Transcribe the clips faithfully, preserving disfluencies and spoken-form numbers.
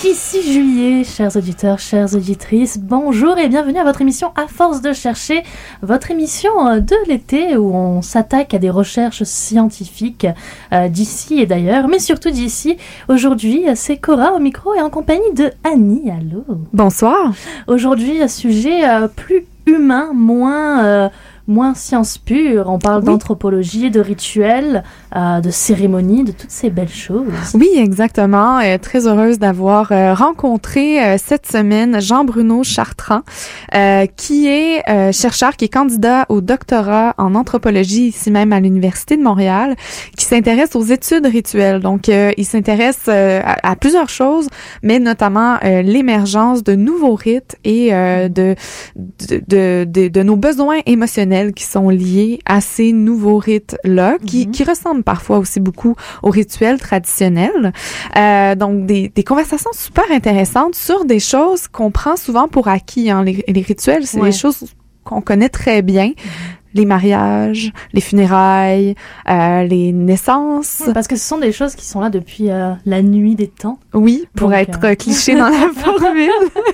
D'ici juillet, chers auditeurs, chères auditrices, bonjour et bienvenue à votre émission À Force de Chercher, votre émission de l'été où on s'attaque à des recherches scientifiques euh, d'ici et d'ailleurs, mais surtout d'ici. Aujourd'hui, c'est Cora au micro et en compagnie de Annie. Allô. Bonsoir. Aujourd'hui, sujet euh, plus humain, moins... Euh, moins science pure, on parle oui. d'anthropologie, de rituels, euh, de cérémonies, de toutes ces belles choses. Oui, exactement. Euh, très heureuse d'avoir euh, rencontré euh, cette semaine Jean-Bruno Chartrand, euh, qui est euh, chercheur, qui est candidat au doctorat en anthropologie ici même à l'Université de Montréal, qui s'intéresse aux études rituelles. Donc, euh, il s'intéresse euh, à, à plusieurs choses, mais notamment euh, l'émergence de nouveaux rites et euh, de, de, de, de, de nos besoins émotionnels qui sont liés à ces nouveaux rites-là, qui, mm-hmm. qui ressemblent parfois aussi beaucoup aux rituels traditionnels. Euh, donc, des, des conversations super intéressantes sur des choses qu'on prend souvent pour acquis. Hein. Les, les rituels, c'est ouais. des choses qu'on connaît très bien. Mm-hmm. Les mariages, les funérailles, euh, les naissances. Oui, parce que ce sont des choses qui sont là depuis euh, la nuit des temps. Oui, pour Donc, être euh... cliché dans la formule.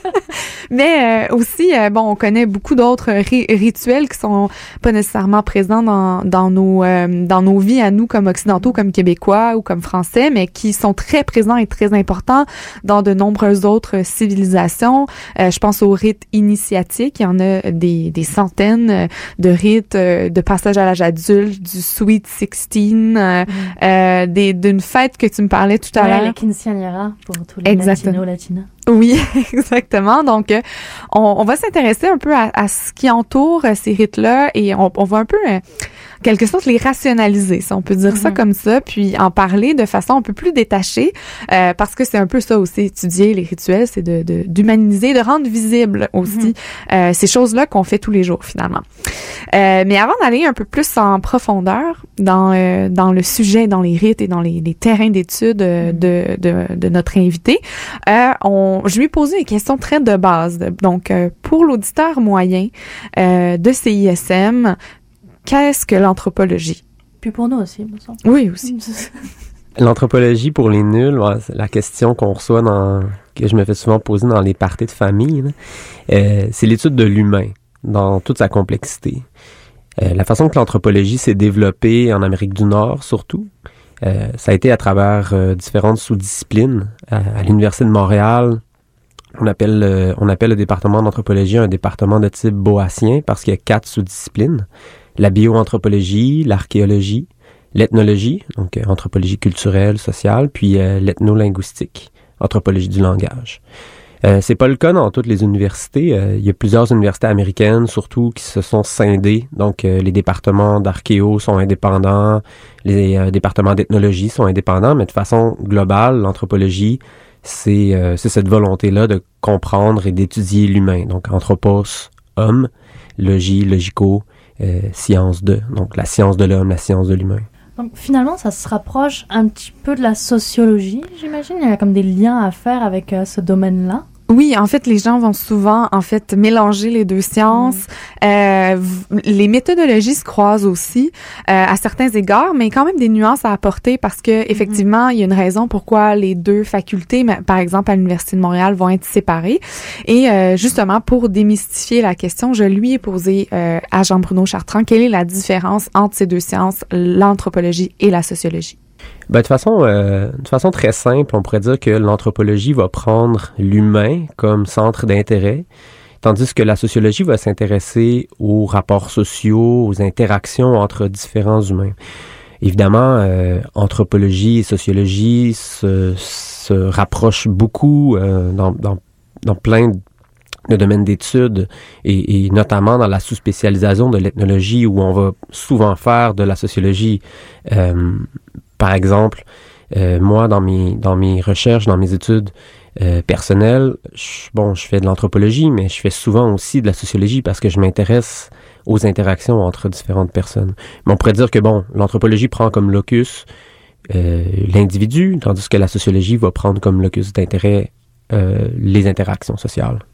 Mais euh, aussi, euh, bon, on connaît beaucoup d'autres ri- rituels qui sont pas nécessairement présents dans, dans nos euh, dans nos vies à nous comme occidentaux, comme québécois ou comme français, mais qui sont très présents et très importants dans de nombreuses autres civilisations. Euh, je pense aux rites initiatiques. Il y en a des, des centaines de rites de passage à l'âge adulte, du Sweet sixteen, euh, mm. euh, des, d'une fête que tu me parlais tout à ouais, l'heure. Les quinceañeras pour tous les Exactement. latinos, latinas. Oui, exactement. Donc, euh, on, on va s'intéresser un peu à, à ce qui entoure euh, ces rites-là et on, on va un peu, euh, en quelque sorte, les rationaliser, si on peut dire mm-hmm. ça comme ça, puis en parler de façon un peu plus détachée, euh, parce que c'est un peu ça aussi, étudier les rituels, c'est de, de d'humaniser, de rendre visible aussi mm-hmm. euh, ces choses-là qu'on fait tous les jours, finalement. Euh, mais avant d'aller un peu plus en profondeur dans euh, dans le sujet, dans les rites et dans les, les terrains d'études euh, de, de de notre invité, euh, on je lui ai posé une question très de base. Donc, euh, pour l'auditeur moyen euh, de C I S M, qu'est-ce que l'anthropologie? Puis pour nous aussi, me semble. Oui, aussi. L'anthropologie, pour les nuls, ouais, c'est la question qu'on reçoit dans, que je me fais souvent poser dans les parties de famille, là. Euh, c'est l'étude de l'humain dans toute sa complexité. Euh, la façon que l'anthropologie s'est développée en Amérique du Nord, surtout, Euh, ça a été à travers euh, différentes sous-disciplines. À, à l'Université de Montréal, on appelle, euh, on appelle le département d'anthropologie un département de type boasien parce qu'il y a quatre sous-disciplines. La bioanthropologie, l'archéologie, l'ethnologie, donc euh, anthropologie culturelle, sociale, puis euh, l'ethnolinguistique, anthropologie du langage. Euh, c'est pas le cas dans toutes les universités. Euh, il y a plusieurs universités américaines, surtout, qui se sont scindées. Donc, euh, les départements d'archéo sont indépendants, les euh, départements d'ethnologie sont indépendants, mais de façon globale, l'anthropologie, c'est, euh, c'est cette volonté-là de comprendre et d'étudier l'humain. Donc, anthropos, homme, logie, logico, euh, science de. Donc, la science de l'homme, la science de l'humain. Donc, finalement, ça se rapproche un petit peu de la sociologie, j'imagine. Il y a comme des liens à faire avec euh, ce domaine-là. Oui, en fait, les gens vont souvent, en fait, mélanger les deux sciences. Mmh. Euh, les méthodologies se croisent aussi euh, à certains égards, mais quand même des nuances à apporter parce que effectivement, mmh. il y a une raison pourquoi les deux facultés, par exemple à l'Université de Montréal, vont être séparées. Et euh, justement, pour démystifier la question, je lui ai posé euh, à Jean-Bruno Chartrand quelle est la différence entre ces deux sciences, l'anthropologie et la sociologie. Ben, de façon, euh, de façon très simple, on pourrait dire que l'anthropologie va prendre l'humain comme centre d'intérêt, tandis que la sociologie va s'intéresser aux rapports sociaux, aux interactions entre différents humains. Évidemment, euh, anthropologie et sociologie se, se rapprochent beaucoup euh, dans, dans, dans plein de de domaines d'études et, et notamment dans la sous-spécialisation de l'ethnologie où on va souvent faire de la sociologie. Euh, par exemple, euh, moi, dans mes, dans mes recherches, dans mes études euh, personnelles, je, bon, je fais de l'anthropologie, mais je fais souvent aussi de la sociologie parce que je m'intéresse aux interactions entre différentes personnes. Mais on pourrait dire que, bon, l'anthropologie prend comme locus euh, l'individu, tandis que la sociologie va prendre comme locus d'intérêt euh, les interactions sociales.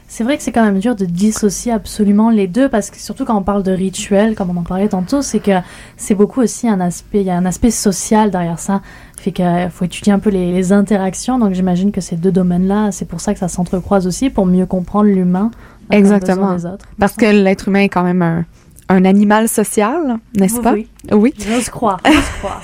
C'est vrai que c'est quand même dur de dissocier absolument les deux, parce que surtout quand on parle de rituel, comme on en parlait tantôt, c'est que c'est beaucoup aussi un aspect, il y a un aspect social derrière ça. Fait qu'il faut étudier un peu les, les interactions, donc j'imagine que ces deux domaines-là, c'est pour ça que ça s'entrecroise aussi, pour mieux comprendre l'humain. Exactement. Des autres. Parce que l'être humain est quand même un, un animal social, n'est-ce oui, pas? Oui. Oui. J'ose croire, j'ose croire.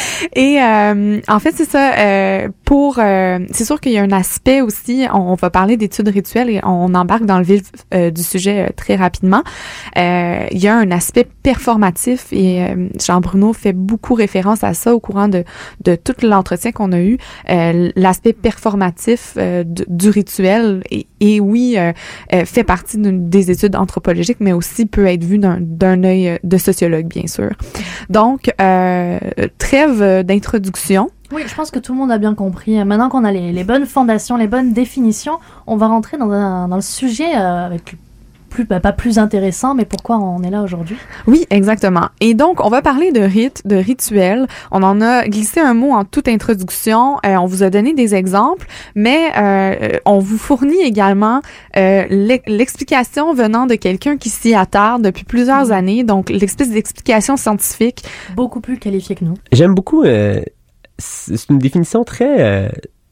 Et euh, en fait, c'est ça. Euh, pour, euh, c'est sûr qu'il y a un aspect aussi. On, on va parler d'études rituelles et on embarque dans le vif euh, du sujet euh, très rapidement. Euh, il y a un aspect performatif et euh, Jean-Bruno fait beaucoup référence à ça au courant de de tout l'entretien qu'on a eu. Euh, l'aspect performatif euh, du, du rituel et, et oui euh, euh, fait partie des études anthropologiques, mais aussi peut être vu d'un d'un œil de sociologue, bien sûr. Donc, euh, trêve d'introduction. Oui, je pense que tout le monde a bien compris. Maintenant qu'on a les, les bonnes fondations, les bonnes définitions, on va rentrer dans, un, dans le sujet euh, avec plus, bah, pas plus intéressant, mais pourquoi on est là aujourd'hui. Oui, exactement. Et donc, on va parler de rites, de rituels. On en a glissé un mot en toute introduction. Euh, on vous a donné des exemples, mais euh, on vous fournit également euh, l'explication venant de quelqu'un qui s'y attarde depuis plusieurs mmh. années. Donc, l'espèce d'explication scientifique. Beaucoup plus qualifiée que nous. J'aime beaucoup... Euh, c'est une définition très... Euh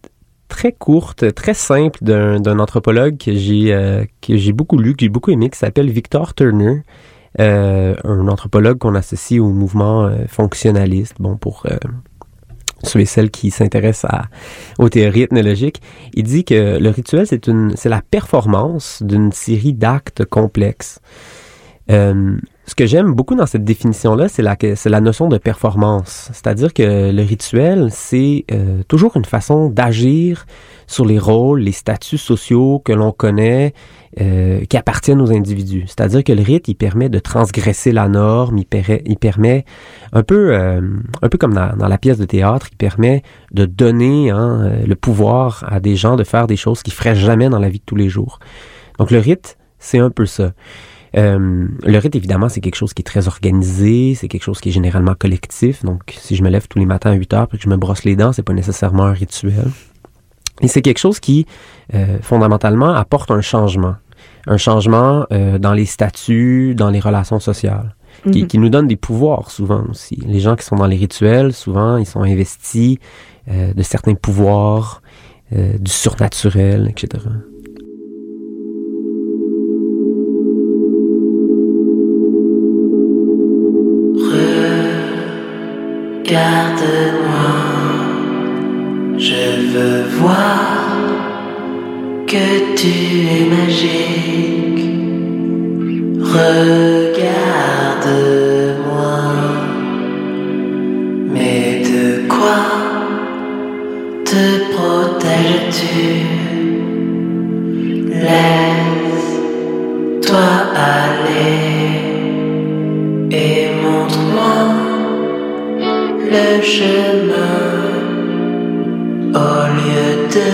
très courte, très simple d'un, d'un anthropologue que j'ai euh, que j'ai beaucoup lu, que j'ai beaucoup aimé, qui s'appelle Victor Turner, euh, un anthropologue qu'on associe au mouvement euh, fonctionnaliste, bon, pour euh, ceux et celles qui s'intéressent à, aux théories ethnologiques. Il dit que le rituel, c'est une c'est la performance d'une série d'actes complexes. Euh, ce que j'aime beaucoup dans cette définition-là, c'est la, c'est la notion de performance. C'est-à-dire que le rituel, c'est euh, toujours une façon d'agir sur les rôles, les statuts sociaux que l'on connaît, euh, qui appartiennent aux individus. C'est-à-dire que le rite, il permet de transgresser la norme, il, permet, il permet un peu, euh, un peu comme dans, dans la pièce de théâtre, il permet de donner hein, le pouvoir à des gens de faire des choses qu'ils feraient jamais dans la vie de tous les jours. Donc le rite, c'est un peu ça. Euh, le rite, évidemment, c'est quelque chose qui est très organisé, c'est quelque chose qui est généralement collectif. Donc, si je me lève tous les matins à huit heures puis que je me brosse les dents, c'est pas nécessairement un rituel. Et c'est quelque chose qui, euh, fondamentalement, apporte un changement. Un changement euh, dans les statuts, dans les relations sociales, mm-hmm. qui, qui nous donne des pouvoirs souvent aussi. Les gens qui sont dans les rituels, souvent, ils sont investis euh, de certains pouvoirs, euh, du surnaturel, et cetera. Regarde-moi, je veux voir que tu es magique. Regarde-moi, mais de quoi te protèges-tu? Laisse-toi aller et montre-moi le chemin au lieu de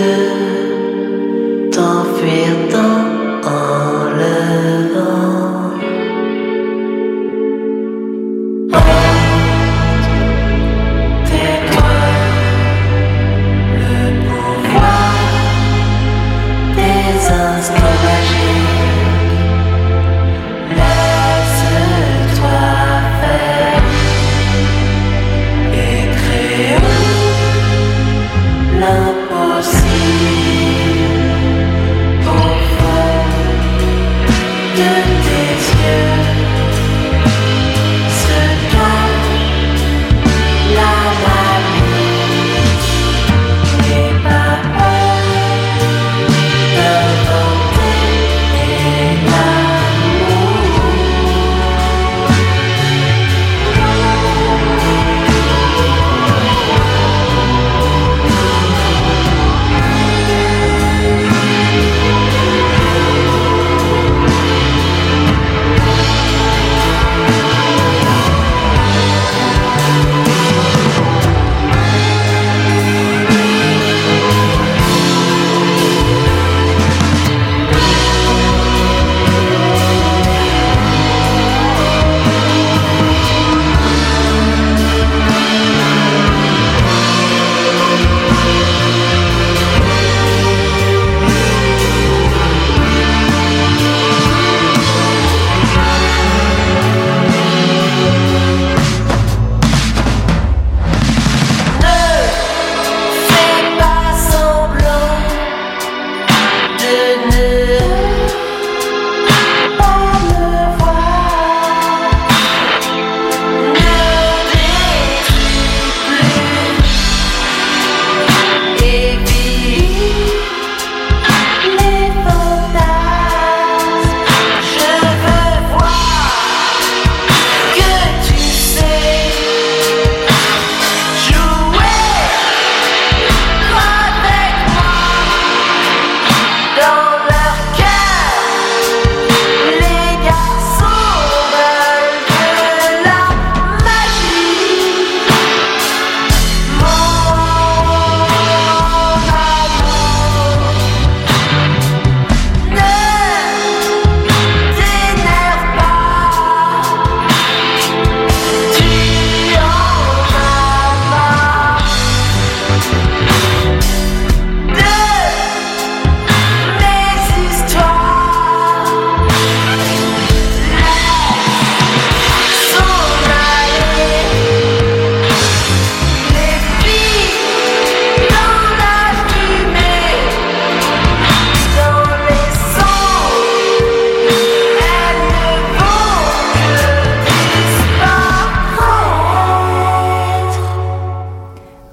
t'enfuir dans le vent. Tais-toi, le pouvoir des instants magiques. Laisse-toi faire. L'impossible pour faire.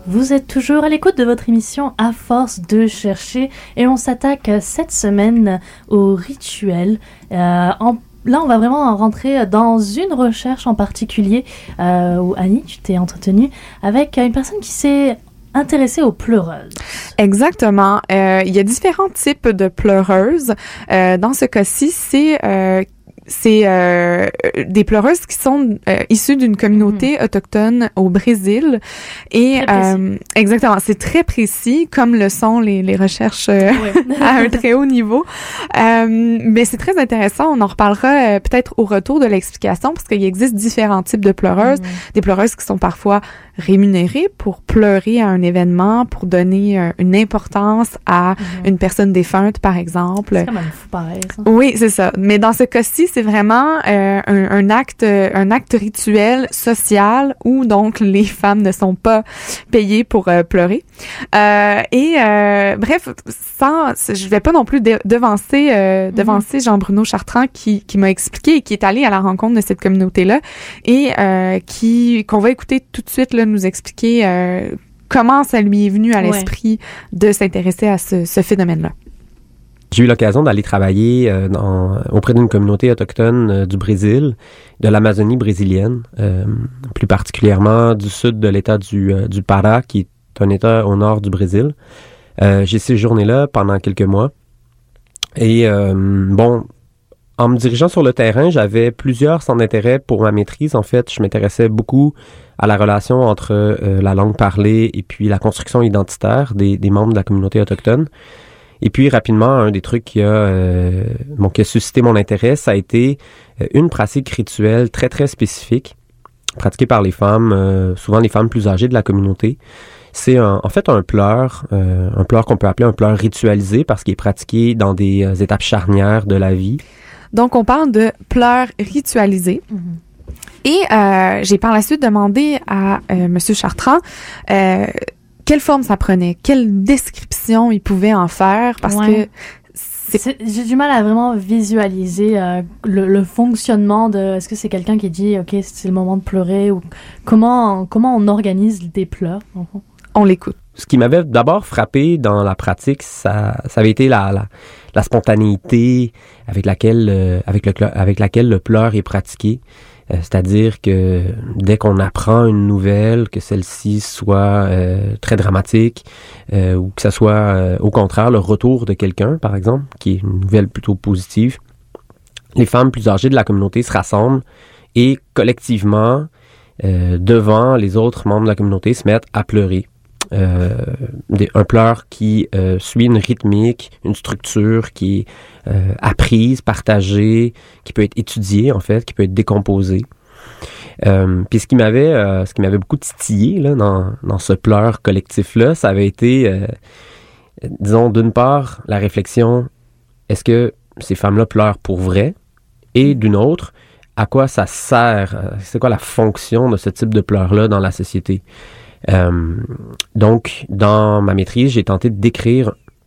Vous êtes toujours à l'écoute de votre émission À force de chercher et on s'attaque cette semaine au rituel. Euh, en, là, on va vraiment rentrer dans une recherche en particulier euh, où Annie, tu t'es entretenue avec une personne qui s'est intéressée aux pleureuses. Exactement. Euh, il y a différents types de pleureuses. Euh, dans ce cas-ci, c'est euh, c'est euh, des pleureuses qui sont euh, issues d'une communauté mmh. autochtone au Brésil. Et euh, exactement, c'est très précis, comme le sont les, les recherches euh, oui. à un très haut niveau. Euh, mais c'est très intéressant. On en reparlera euh, peut-être au retour de l'explication, parce qu'il existe différents types de pleureuses. Mmh. Des pleureuses qui sont parfois rémunérées pour pleurer à un événement, pour donner euh, une importance à mmh. une personne défunte, par exemple. C'est quand même fou pareil, ça. Oui, c'est ça. Mais dans ce cas-ci, c'est vraiment euh, un, un acte un acte rituel social où donc les femmes ne sont pas payées pour euh, pleurer. Euh, et euh, bref, sans je vais pas non plus de, devancer euh, mm-hmm. devancer Jean-Bruno Chartrand qui qui m'a expliqué et qui est allé à la rencontre de cette communauté-là et euh, qui qu'on va écouter tout de suite là nous expliquer euh, comment ça lui est venu à l'esprit ouais. de s'intéresser à ce, ce phénomène-là. J'ai eu l'occasion d'aller travailler euh, dans, auprès d'une communauté autochtone euh, du Brésil, de l'Amazonie brésilienne, euh, plus particulièrement du sud de l'État du, euh, du Pará, qui est un État au nord du Brésil. Euh, j'ai séjourné là pendant quelques mois. Et euh, bon, en me dirigeant sur le terrain, j'avais plusieurs centres d'intérêt pour ma maîtrise. En fait, je m'intéressais beaucoup à la relation entre euh, la langue parlée et puis la construction identitaire des, des membres de la communauté autochtone. Et puis, rapidement, un des trucs qui a, euh, bon, qui a suscité mon intérêt, ça a été euh, une pratique rituelle très, très spécifique, pratiquée par les femmes, euh, souvent les femmes plus âgées de la communauté. C'est un, en fait un pleur, euh, un pleur qu'on peut appeler un pleur ritualisé parce qu'il est pratiqué dans des euh, étapes charnières de la vie. Donc, on parle de pleurs ritualisés. Mm-hmm. Et euh, j'ai par la suite demandé à euh, Monsieur Chartrand... Euh, quelle forme ça prenait? Quelle description il pouvait en faire? Parce ouais. que c'est... C'est, j'ai du mal à vraiment visualiser euh, le, le fonctionnement de... Est-ce que c'est quelqu'un qui dit « Ok, c'est le moment de pleurer » ou comment, comment on organise des pleurs? On l'écoute. Ce qui m'avait d'abord frappé dans la pratique, ça, ça avait été la, la, la spontanéité avec laquelle, euh, avec, le, avec laquelle le pleur est pratiqué. Euh, c'est-à-dire que dès qu'on apprend une nouvelle, que celle-ci soit euh, très dramatique euh, ou que ça soit euh, au contraire le retour de quelqu'un, par exemple, qui est une nouvelle plutôt positive, les femmes plus âgées de la communauté se rassemblent et collectivement, euh, devant les autres membres de la communauté, se mettent à pleurer. Euh, des, un pleur qui euh, suit une rythmique, une structure qui est euh, apprise, partagée, qui peut être étudiée en fait, qui peut être décomposée. Euh, puis ce qui m'avait, euh, ce qui m'avait beaucoup titillé là dans dans ce pleur collectif là, ça avait été, euh, disons d'une part la réflexion, est-ce que ces femmes-là pleurent pour vrai, et d'une autre, à quoi ça sert, c'est quoi la fonction de ce type de pleur là dans la société. Euh, donc, dans ma maîtrise, j'ai tenté de décrire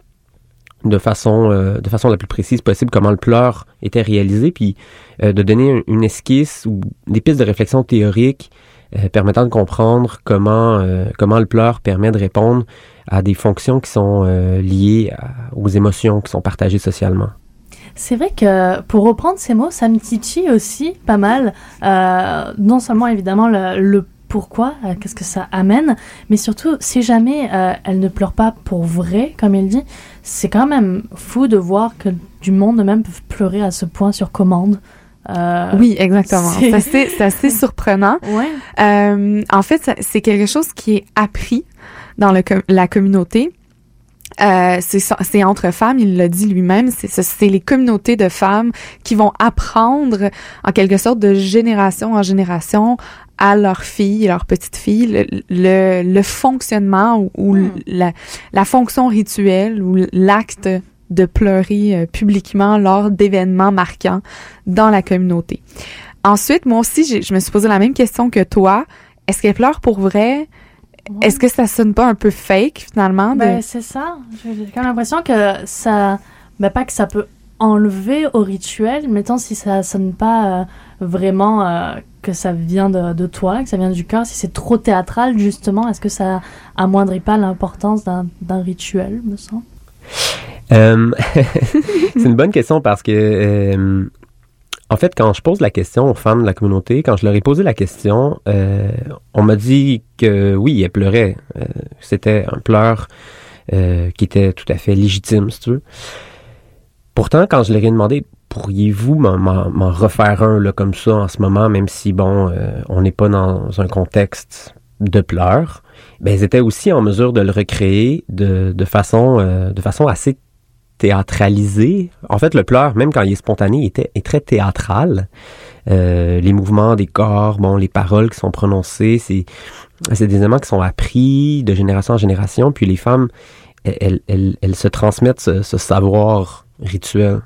de façon, euh, de façon la plus précise possible comment le pleur était réalisé, puis euh, de donner une esquisse ou des pistes de réflexion théorique euh, permettant de comprendre comment, euh, comment le pleur permet de répondre à des fonctions qui sont euh, liées à, aux émotions qui sont partagées socialement. C'est vrai que, pour reprendre ces mots, ça me titille aussi pas mal. Euh, non seulement, évidemment, le, le pourquoi, euh, qu'est-ce que ça amène, mais surtout, si jamais euh, elle ne pleure pas pour vrai, comme il dit, c'est quand même fou de voir que du monde même peut pleurer à ce point sur commande. Euh, oui, exactement. C'est, c'est, assez, c'est assez surprenant. Ouais. Euh, en fait, ça, c'est quelque chose qui est appris dans le, la communauté. Euh, c'est, c'est entre femmes, il l'a dit lui-même, c'est, c'est les communautés de femmes qui vont apprendre en quelque sorte de génération en génération à leurs filles, leurs petites filles, le, le, le fonctionnement ou, ou mm. la, la fonction rituelle ou l'acte de pleurer euh, publiquement lors d'événements marquants dans la communauté. Ensuite, moi aussi, j'ai, je me suis posé la même question que toi. Est-ce qu'elle pleure pour vrai? Ouais. Est-ce que ça sonne pas un peu fake, finalement? De... Ben, c'est ça. J'ai quand même l'impression que ça... Ben, pas que ça peut enlever au rituel, mettons si ça sonne pas euh, vraiment euh, que ça vient de, de toi, que ça vient du cœur, si c'est trop théâtral justement, est-ce que ça amoindrit pas l'importance d'un, d'un rituel, me semble? Euh, c'est une bonne question parce que euh, en fait, quand je pose la question aux femmes de la communauté, quand je leur ai posé la question, euh, on m'a dit que oui, elles pleuraient. Euh, c'était un pleur euh, qui était tout à fait légitime, si tu veux. Pourtant, quand je leur ai demandé, pourriez-vous m'en, m'en, m'en refaire un là, comme ça en ce moment, même si, bon, euh, on n'est pas dans un contexte de pleurs, ben, ils étaient aussi en mesure de le recréer de, de, façon, euh, de façon assez théâtralisée. En fait, le pleur, même quand il est spontané, il était, est très théâtral. Euh, les mouvements des corps, bon, les paroles qui sont prononcées, c'est, c'est des éléments qui sont appris de génération en génération, puis les femmes, elles, elles, elles se transmettent ce, ce savoir rituel.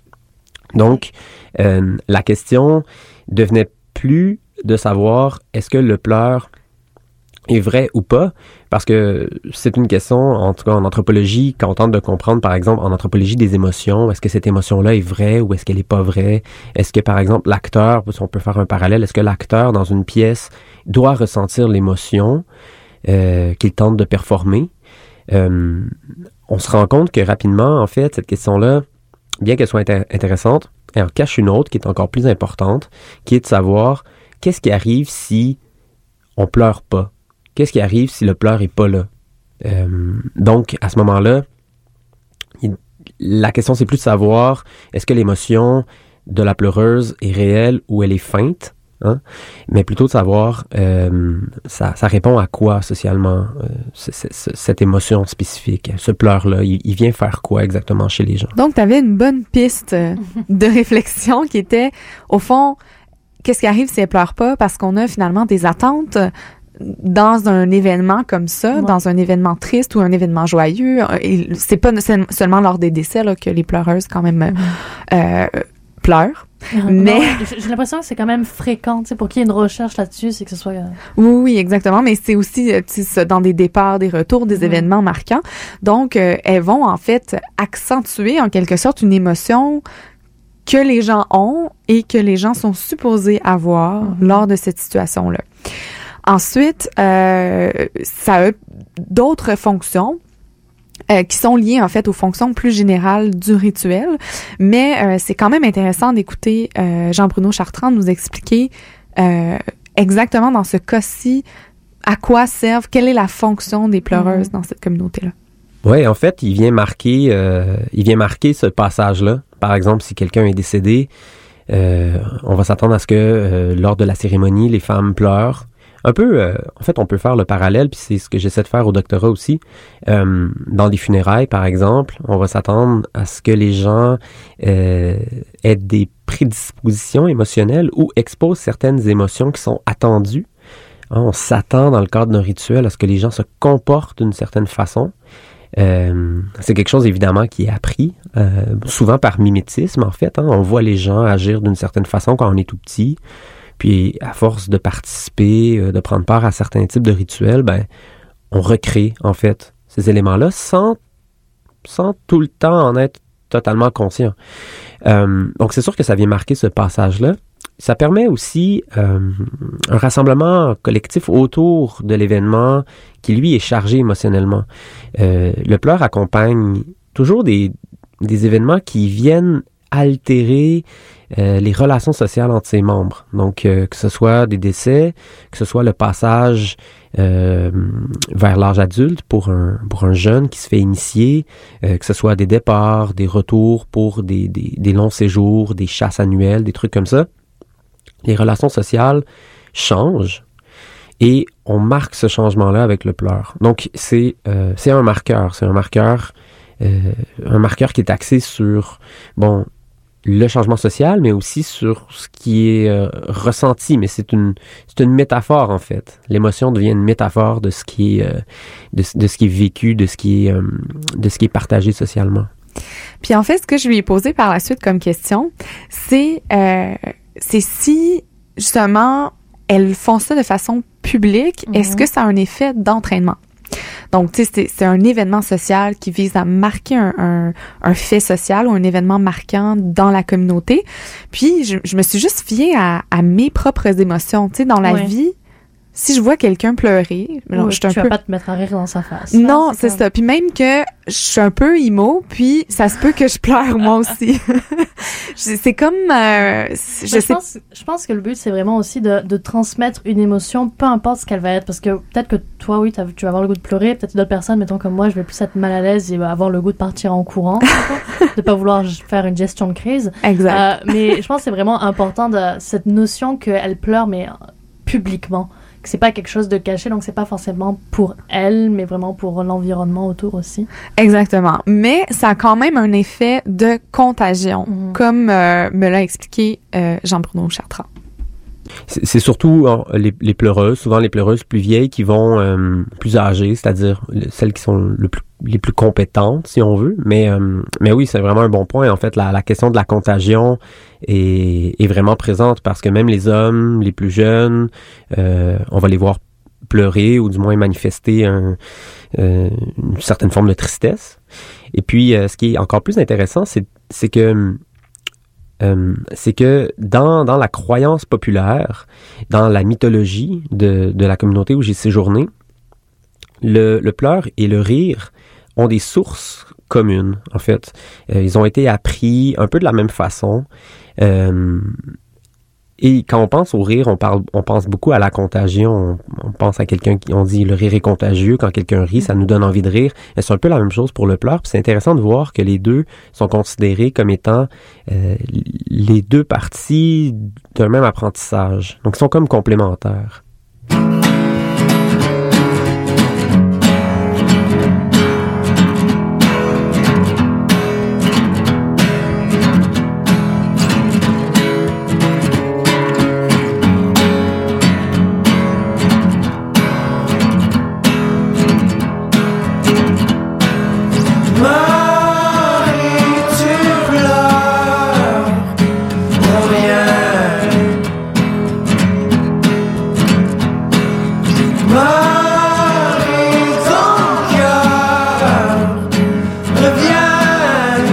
Donc, euh, la question devenait plus de savoir est-ce que le pleur est vrai ou pas, parce que c'est une question, en tout cas en anthropologie, quand on tente de comprendre, par exemple, en anthropologie des émotions, est-ce que cette émotion-là est vraie ou est-ce qu'elle est pas vraie? Est-ce que, par exemple, l'acteur, si on peut faire un parallèle, est-ce que l'acteur, dans une pièce, doit ressentir l'émotion euh, qu'il tente de performer? Euh, on se rend compte que rapidement, en fait, cette question-là, bien qu'elle soit intér- intéressante, elle en cache une autre qui est encore plus importante, qui est de savoir qu'est-ce qui arrive si on pleure pas? Qu'est-ce qui arrive si le pleur est pas là? Euh, donc, à ce moment-là, il, la question, c'est plus de savoir est-ce que l'émotion de la pleureuse est réelle ou elle est feinte? Hein? Mais plutôt de savoir euh, ça, ça répond à quoi socialement euh, c- c- cette émotion spécifique, ce pleur-là, il, il vient faire quoi exactement chez les gens? Donc, tu avais une bonne piste euh, de réflexion qui était, au fond, qu'est-ce qui arrive si elle pleure pas? Parce qu'on a finalement des attentes dans un événement comme ça, ouais. Dans un événement triste ou un événement joyeux. Et c'est pas seulement lors des décès là, que les pleureuses quand même euh, pleurent. Mais non, j'ai l'impression que c'est quand même fréquent, tu sais, pour qu'il y ait une recherche là-dessus, c'est que ce soit... Euh... Oui, oui, exactement, mais c'est aussi tu sais, dans des départs, des retours, des mmh. événements marquants. Donc, euh, elles vont en fait accentuer en quelque sorte une émotion que les gens ont et que les gens sont supposés avoir mmh. lors de cette situation-là. Ensuite, euh, ça a d'autres fonctions. Euh, qui sont liées en fait aux fonctions plus générales du rituel, mais euh, c'est quand même intéressant d'écouter euh, Jean-Bruno Chartrand nous expliquer euh, exactement dans ce cas-ci à quoi servent, quelle est la fonction des pleureuses mmh. dans cette communauté-là. Oui, en fait, il vient marquer, euh, il vient marquer ce passage-là. Par exemple, si quelqu'un est décédé, euh, on va s'attendre à ce que euh, lors de la cérémonie, les femmes pleurent. Un peu, euh, en fait, on peut faire le parallèle, puis c'est ce que j'essaie de faire au doctorat aussi. Euh, dans les funérailles, par exemple, on va s'attendre à ce que les gens euh, aient des prédispositions émotionnelles ou exposent certaines émotions qui sont attendues. Hein, on s'attend dans le cadre d'un rituel à ce que les gens se comportent d'une certaine façon. Euh, c'est quelque chose, évidemment, qui est appris, euh, souvent par mimétisme, en fait. Hein, on voit les gens agir d'une certaine façon quand on est tout petit. Puis, à force de participer, euh, de prendre part à certains types de rituels, ben, on recrée, en fait, ces éléments-là sans, sans tout le temps en être totalement conscient. Euh, donc, c'est sûr que ça vient marquer ce passage-là. Ça permet aussi euh, un rassemblement collectif autour de l'événement qui, lui, est chargé émotionnellement. Euh, le pleur accompagne toujours des, des événements qui viennent altérer euh, les relations sociales entre ses membres. Donc, euh, que ce soit des décès, que ce soit le passage euh, vers l'âge adulte pour un, pour un jeune qui se fait initier, euh, que ce soit des départs, des retours pour des, des, des longs séjours, des chasses annuelles, des trucs comme ça. Les relations sociales changent et on marque ce changement-là avec le pleur. Donc, c'est, euh, c'est un marqueur. C'est un marqueur, euh, un marqueur qui est axé sur, bon, le changement social, mais aussi sur ce qui est euh, ressenti. Mais c'est une, c'est une métaphore, en fait. L'émotion devient une métaphore de ce qui est, euh, de, de ce qui est vécu, de ce qui est, euh, de ce qui est partagé socialement. Puis en fait, ce que je lui ai posé par la suite comme question, c'est, euh, c'est si, justement, elles font ça de façon publique, mm-hmm. est-ce que ça a un effet d'entraînement? Donc, tu sais, c'est, c'est un événement social qui vise à marquer un, un, un fait social ou un événement marquant dans la communauté. Puis, je, je me suis juste fiée à, à mes propres émotions. Tu sais, dans la Ouais. vie, si je vois quelqu'un pleurer, alors, Oui, je suis un tu peu... vas pas te mettre à rire dans sa face. Non, c'est comme- ça. Puis même que je suis un peu emo, puis ça se peut que je pleure moi aussi. Je- c'est comme... euh, c'est- je Mais sais pense, je pense que le but, c'est vraiment aussi de, de transmettre une émotion, peu importe ce qu'elle va être. Parce que peut-être que toi, oui, t'as- tu vas avoir le goût de pleurer. Peut-être d'autres personnes, mettons comme moi, je vais plus être mal à l'aise et avoir le goût de partir en courant. mettons, de pas vouloir j- faire une gestion de crise. Exact. Euh, mais je pense que c'est vraiment important de cette notion qu'elle pleure, mais euh, publiquement. Que c'est pas quelque chose de caché, donc c'est pas forcément pour elle, mais vraiment pour l'environnement autour aussi. Exactement. Mais ça a quand même un effet de contagion, Mhm. comme euh, me l'a expliqué euh, Jean-Bruno Chartrand. C'est c'est surtout hein, les, les pleureuses, souvent les pleureuses plus vieilles qui vont euh, plus âgées, c'est-à-dire le- celles qui sont le plus, les plus compétentes, si on veut. Mais euh, mais oui, c'est vraiment un bon point. En fait, la, la question de la contagion est, est vraiment présente parce que même les hommes, les plus jeunes, euh, on va les voir pleurer ou du moins manifester un, euh, une certaine forme de tristesse. Et puis, euh, ce qui est encore plus intéressant, c'est c'est que Euh, c'est que dans, dans la croyance populaire, dans la mythologie de, de la communauté où j'ai séjourné, le, le pleur et le rire ont des sources communes, en fait. Euh, ils ont été appris un peu de la même façon. Euh, et quand on pense au rire, on parle, on pense beaucoup à la contagion. On, on pense à quelqu'un qui, on dit le rire est contagieux. Quand quelqu'un rit, ça nous donne envie de rire. Mais c'est un peu la même chose pour le pleur. Puis c'est intéressant de voir que les deux sont considérés comme étant euh, les deux parties d'un même apprentissage. Donc ils sont comme complémentaires. Marie, tu pleures pour rien. Marie, ton cœur revient.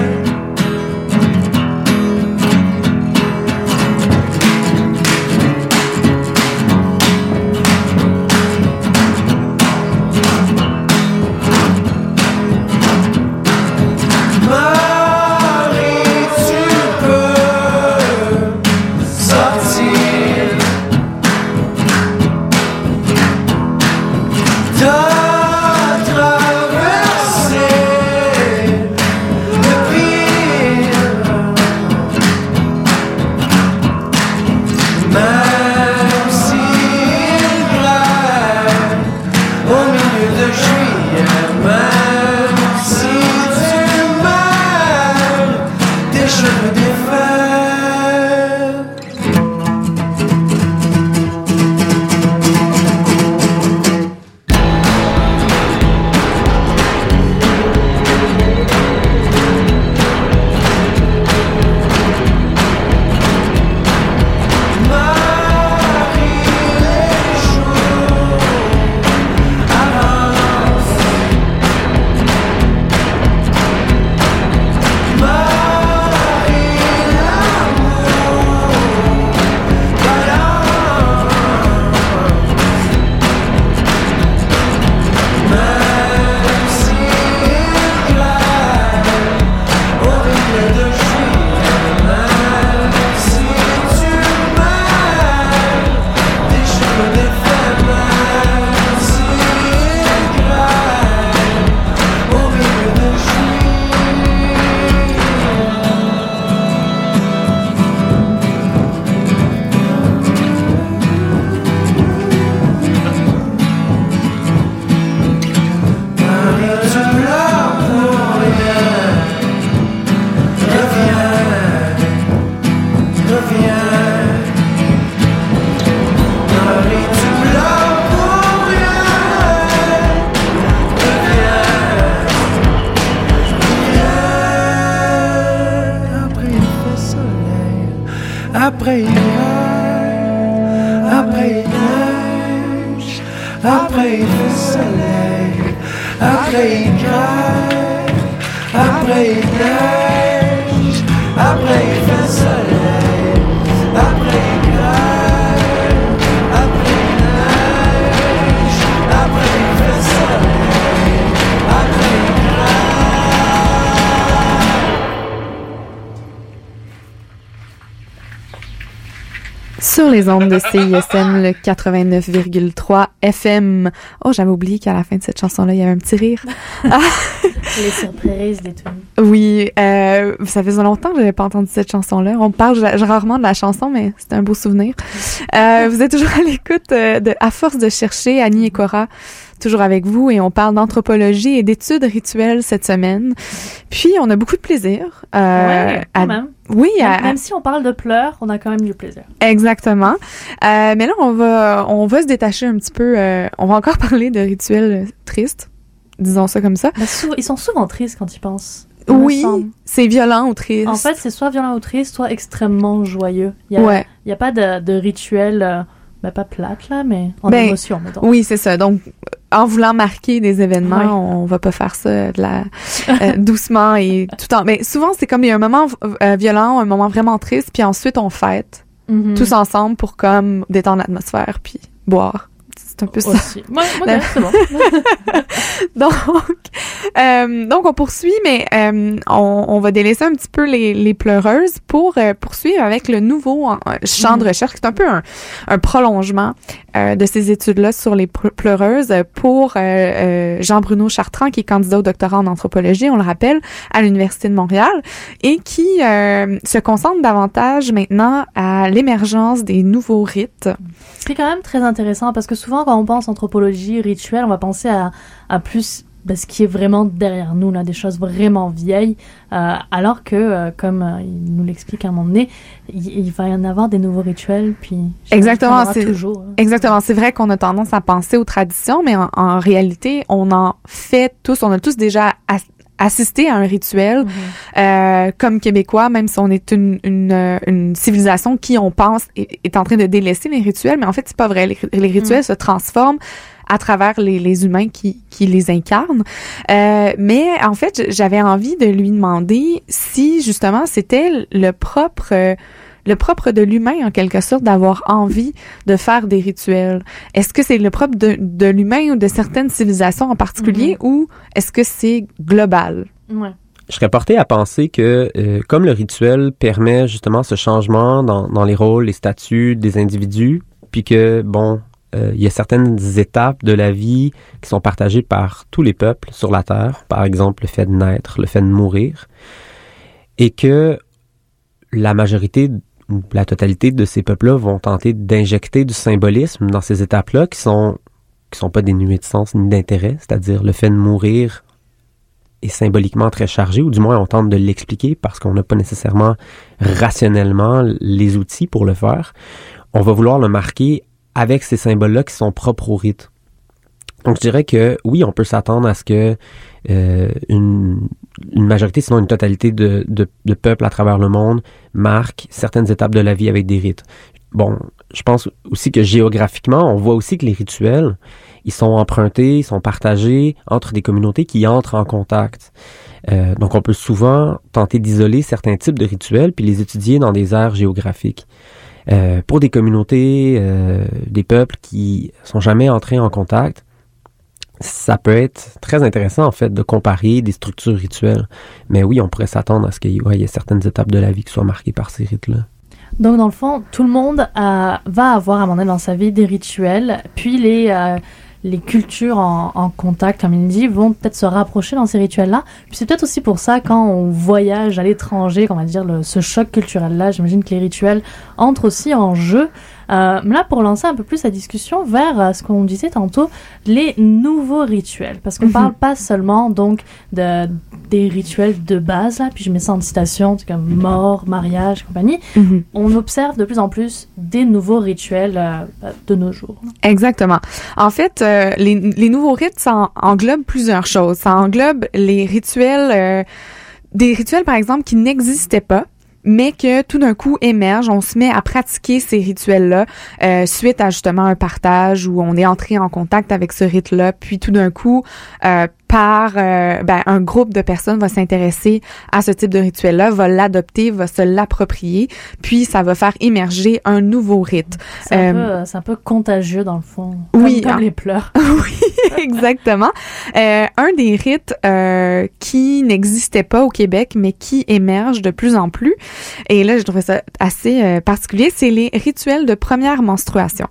Marie, tu peux sortir de traverser le pire, même s'il pleut au milieu de juillet, même si tu meurs tes cheveux défaits. Marie, les jours avancent. Marie, l'amour balance. Même s'il pleut au milieu de juillet, même si tu meurs tes cheveux défaits, même s'il pleut au milieu de Marie, tu pleures pour rien. Reviens, reviens. Marie, tu pleures pour rien. Reviens, reviens. Après il fait soleil, après il pleut, après il neige, après il fait soleil, après il crève, après il neige, après il fait soleil, après il crève, après il neige, après il fait soleil, après il Sur les ondes de C I S M, le quatre-vingt-neuf virgule trois F M. Oh, j'avais oublié qu'à la fin de cette chanson-là, il y avait un petit rire. Ah. Les surprises des tunes. Oui, euh, ça faisait longtemps que j'avais pas entendu cette chanson-là. On parle rarement de la chanson, mais c'était un beau souvenir. Euh, vous êtes toujours à l'écoute de À force de chercher, Annie et Cora, toujours avec vous, et on parle d'anthropologie et d'études rituelles cette semaine. Puis, on a beaucoup de plaisir. Euh, ouais, quand à, même. Oui. Même, à, même si on parle de pleurs, on a quand même du plaisir. Exactement. Euh, mais là, on va, on va se détacher un petit peu. Euh, on va encore parler de rituels tristes, disons ça comme ça. Ben, sou- ils sont souvent tristes quand ils pensent. Oui, c'est violent ou triste. En fait, c'est soit violent ou triste, soit extrêmement joyeux. Il y a, ouais. Il n'y a pas de, de rituel, euh, ben pas plate là, mais en ben, émotion, mettons. Oui, c'est ça. Donc, en voulant marquer des événements, ouais. on va pas faire ça de la euh, doucement et tout en. Mais souvent, c'est comme il y a un moment euh, violent, un moment vraiment triste, puis ensuite on fête mm-hmm. tous ensemble pour comme détendre l'atmosphère puis boire. C'est un peu ça. Aussi. Ouais, okay, c'est bon. donc, euh, donc, on poursuit, mais euh, on, on va délaisser un petit peu les, les pleureuses pour euh, poursuivre avec le nouveau euh, champ de recherche, qui est un peu un, un prolongement euh, de ces études-là sur les pleureuses pour euh, euh, Jean-Bruno Chartrand, qui est candidat au doctorat en anthropologie, on le rappelle, à l'Université de Montréal, et qui euh, se concentre davantage maintenant à l'émergence des nouveaux rites. C'est quand même très intéressant, parce que souvent, quand on pense anthropologie, rituel, on va penser à, à plus ben, ce qui est vraiment derrière nous, là, des choses vraiment vieilles, euh, alors que, euh, comme euh, il nous l'explique à un moment donné, il, il va y en avoir des nouveaux rituels, puis exactement, c'est toujours. Hein. Exactement, c'est vrai qu'on a tendance à penser aux traditions, mais en, en réalité, on en fait tous, on a tous déjà as- assister à un rituel mm-hmm. euh, comme Québécois, même si on est une, une, une civilisation qui, on pense, est, est en train de délaisser les rituels, mais en fait, c'est pas vrai. Les, les rituels mm. se transforment à travers les, les humains qui, qui les incarnent. Euh, mais en fait, j'avais envie de lui demander si, justement, c'était le propre... Euh, le propre de l'humain, en quelque sorte, d'avoir envie de faire des rituels. Est-ce que c'est le propre de, de l'humain ou de certaines civilisations en particulier, mm-hmm. ou est-ce que c'est global? Ouais. Je serais porté à penser que, euh, comme le rituel permet justement ce changement dans, dans les rôles, les statuts des individus, puis que, bon, euh, il y a certaines étapes de la vie qui sont partagées par tous les peuples sur la Terre, par exemple le fait de naître, le fait de mourir, et que la majorité la totalité de ces peuples-là vont tenter d'injecter du symbolisme dans ces étapes-là qui sont qui sont pas dénuées de sens ni d'intérêt, c'est-à-dire le fait de mourir est symboliquement très chargé, ou du moins on tente de l'expliquer parce qu'on n'a pas nécessairement rationnellement les outils pour le faire. On va vouloir le marquer avec ces symboles-là qui sont propres au rite. Donc je dirais que oui, on peut s'attendre à ce que euh, une, une majorité, sinon une totalité de, de, de peuples à travers le monde marque certaines étapes de la vie avec des rites. Bon, je pense aussi que géographiquement, on voit aussi que les rituels, ils sont empruntés, ils sont partagés entre des communautés qui entrent en contact. Euh, donc on peut souvent tenter d'isoler certains types de rituels puis les étudier dans des aires géographiques. Euh, pour des communautés, euh, des peuples qui sont jamais entrés en contact, ça peut être très intéressant, en fait, de comparer des structures rituelles. Mais oui, on pourrait s'attendre à ce qu'il y ait certaines étapes de la vie qui soient marquées par ces rites-là. Donc, dans le fond, tout le monde a, va avoir, à un moment donné dans sa vie, des rituels, puis les, euh, les cultures en, en contact, comme il dit, vont peut-être se rapprocher dans ces rituels-là. Puis c'est peut-être aussi pour ça, quand on voyage à l'étranger, qu'on va dire, le, ce choc culturel-là, j'imagine que les rituels entrent aussi en jeu. Euh, là, pour lancer un peu plus la discussion vers euh, ce qu'on disait tantôt, les nouveaux rituels. Parce qu'on ne mm-hmm. parle pas seulement donc de, des rituels de base, là, puis je mets ça en citation, comme mort, mariage, compagnie. Mm-hmm. On observe de plus en plus des nouveaux rituels euh, de nos jours. Exactement. En fait, euh, les, les nouveaux rites, ça englobe plusieurs choses. Ça englobe les rituels, euh, des rituels, par exemple, qui n'existaient pas, mais que tout d'un coup émerge, on se met à pratiquer ces rituels-là euh, suite à justement un partage où on est entré en contact avec ce rite-là, puis tout d'un coup, euh, par euh, ben, un groupe de personnes va s'intéresser à ce type de rituel-là, va l'adopter, va se l'approprier, puis ça va faire émerger un nouveau rite. C'est un, Euh, peu, c'est un peu contagieux dans le fond, oui, comme, comme hein. les pleurs. Oui, exactement. Euh, un des rites euh, qui n'existait pas au Québec, mais qui émerge de plus en plus, et là, je trouvais ça assez euh, particulier, c'est les rituels de première menstruation.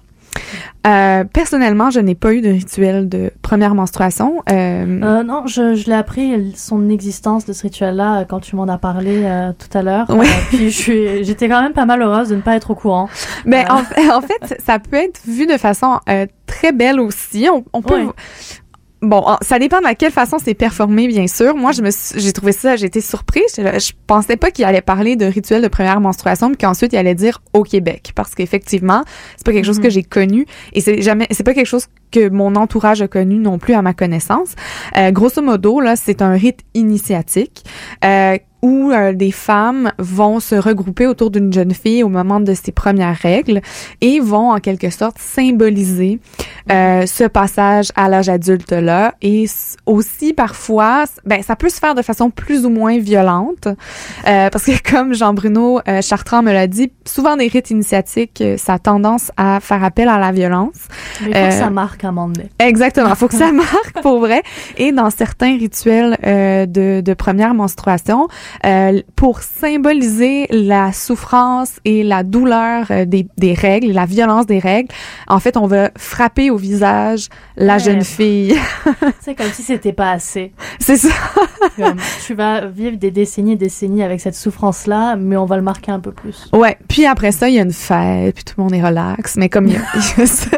Euh, personnellement, je n'ai pas eu de rituel de première menstruation. Euh, Euh, non, je, je l'ai appris, son existence de ce rituel-là, quand tu m'en as parlé euh, tout à l'heure. Oui. Euh, puis je suis, j'étais quand même pas mal heureuse de ne pas être au courant. mais Euh. en, fait- en fait, ça peut être vu de façon euh, très belle aussi. On, on peut... Ouais. Bon, en- ça dépend de la quelle façon c'est performé, bien sûr. Moi, je me suis- j'ai trouvé ça, j'ai été surprise. Je, je pensais pas qu'il allait parler de rituel de première menstruation, puis qu'ensuite il allait dire au Québec, parce qu'effectivement, c'est pas quelque chose Mhm. que j'ai connu, et c'est jamais, c'est pas quelque chose que mon entourage a connu non plus à ma connaissance. Euh, grosso modo, là, c'est un rite initiatique. Euh, où euh, des femmes vont se regrouper autour d'une jeune fille au moment de ses premières règles et vont en quelque sorte symboliser euh, ce passage à l'âge adulte-là. Et s- aussi, parfois, c- ben ça peut se faire de façon plus ou moins violente, euh, parce que comme Jean-Bruno euh, Chartrand me l'a dit, souvent des rites initiatiques, euh, ça a tendance à faire appel à la violence. Mais il faut Euh, que ça marque à un moment donné. Exactement, faut que ça marque pour vrai. Et dans certains rituels euh, de, de première menstruation, euh, pour symboliser la souffrance et la douleur euh, des, des règles, la violence des règles, en fait, on va frapper au visage la Ouais. jeune fille. C'est comme si c'était pas assez. C'est ça. Comme, tu vas vivre des décennies et des décennies avec cette souffrance-là, mais on va le marquer un peu plus. Ouais. Puis après ça, il y a une fête, puis tout le monde est relax. Mais comme il y a, il y a ce,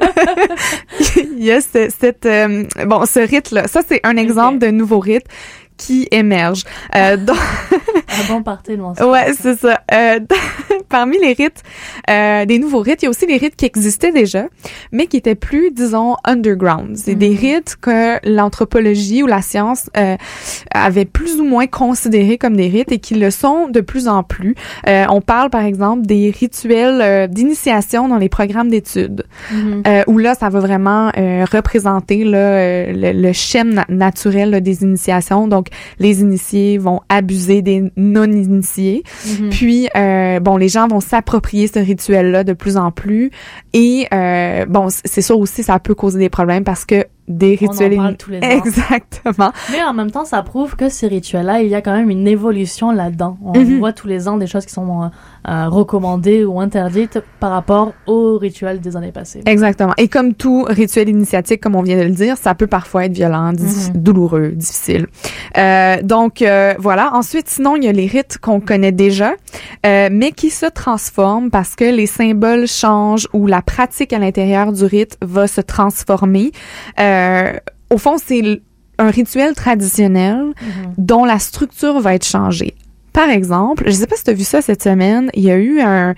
il y a ce- cette, euh, bon, ce rite-là. Ça, c'est un exemple de nouveau rite qui émerge. Euh, donc, Un bon party de menstruation. ouais, c'est ça. Euh, parmi les rites, euh, des nouveaux rites, il y a aussi des rites qui existaient déjà, mais qui étaient plus, disons, underground. C'est Mhm. des rites que l'anthropologie ou la science euh, avait plus ou moins considérés comme des rites et qui le sont de plus en plus. Euh, on parle, par exemple, des rituels euh, d'initiation dans les programmes d'études, Mhm. euh, où là, ça va vraiment euh, représenter là, euh, le, le schème na- naturel là, des initiations. Donc, les initiés vont abuser des non-initiés. Mhm. Puis, euh, bon, les gens vont s'approprier ce rituel-là de plus en plus. Et, euh, bon, c- c'est sûr aussi, ça peut causer des problèmes parce que des On en rituels... parle tous les ans. Exactement. Mais en même temps, ça prouve que ces rituels-là, il y a quand même une évolution là-dedans. On Mhm. voit tous les ans des choses qui sont euh, euh, recommandées ou interdites par rapport aux rituels des années passées. Exactement. Et comme tout rituel initiatique, comme on vient de le dire, ça peut parfois être violent, dif- Mhm. douloureux, difficile. Euh, donc, euh, voilà. Ensuite, sinon, il y a les rites qu'on connaît déjà, euh, mais qui se transforment parce que les symboles changent ou la pratique à l'intérieur du rite va se transformer. Euh, au fond, c'est l- un rituel traditionnel Mhm. dont la structure va être changée. Par exemple, je sais pas si tu as vu ça cette semaine, il y a eu un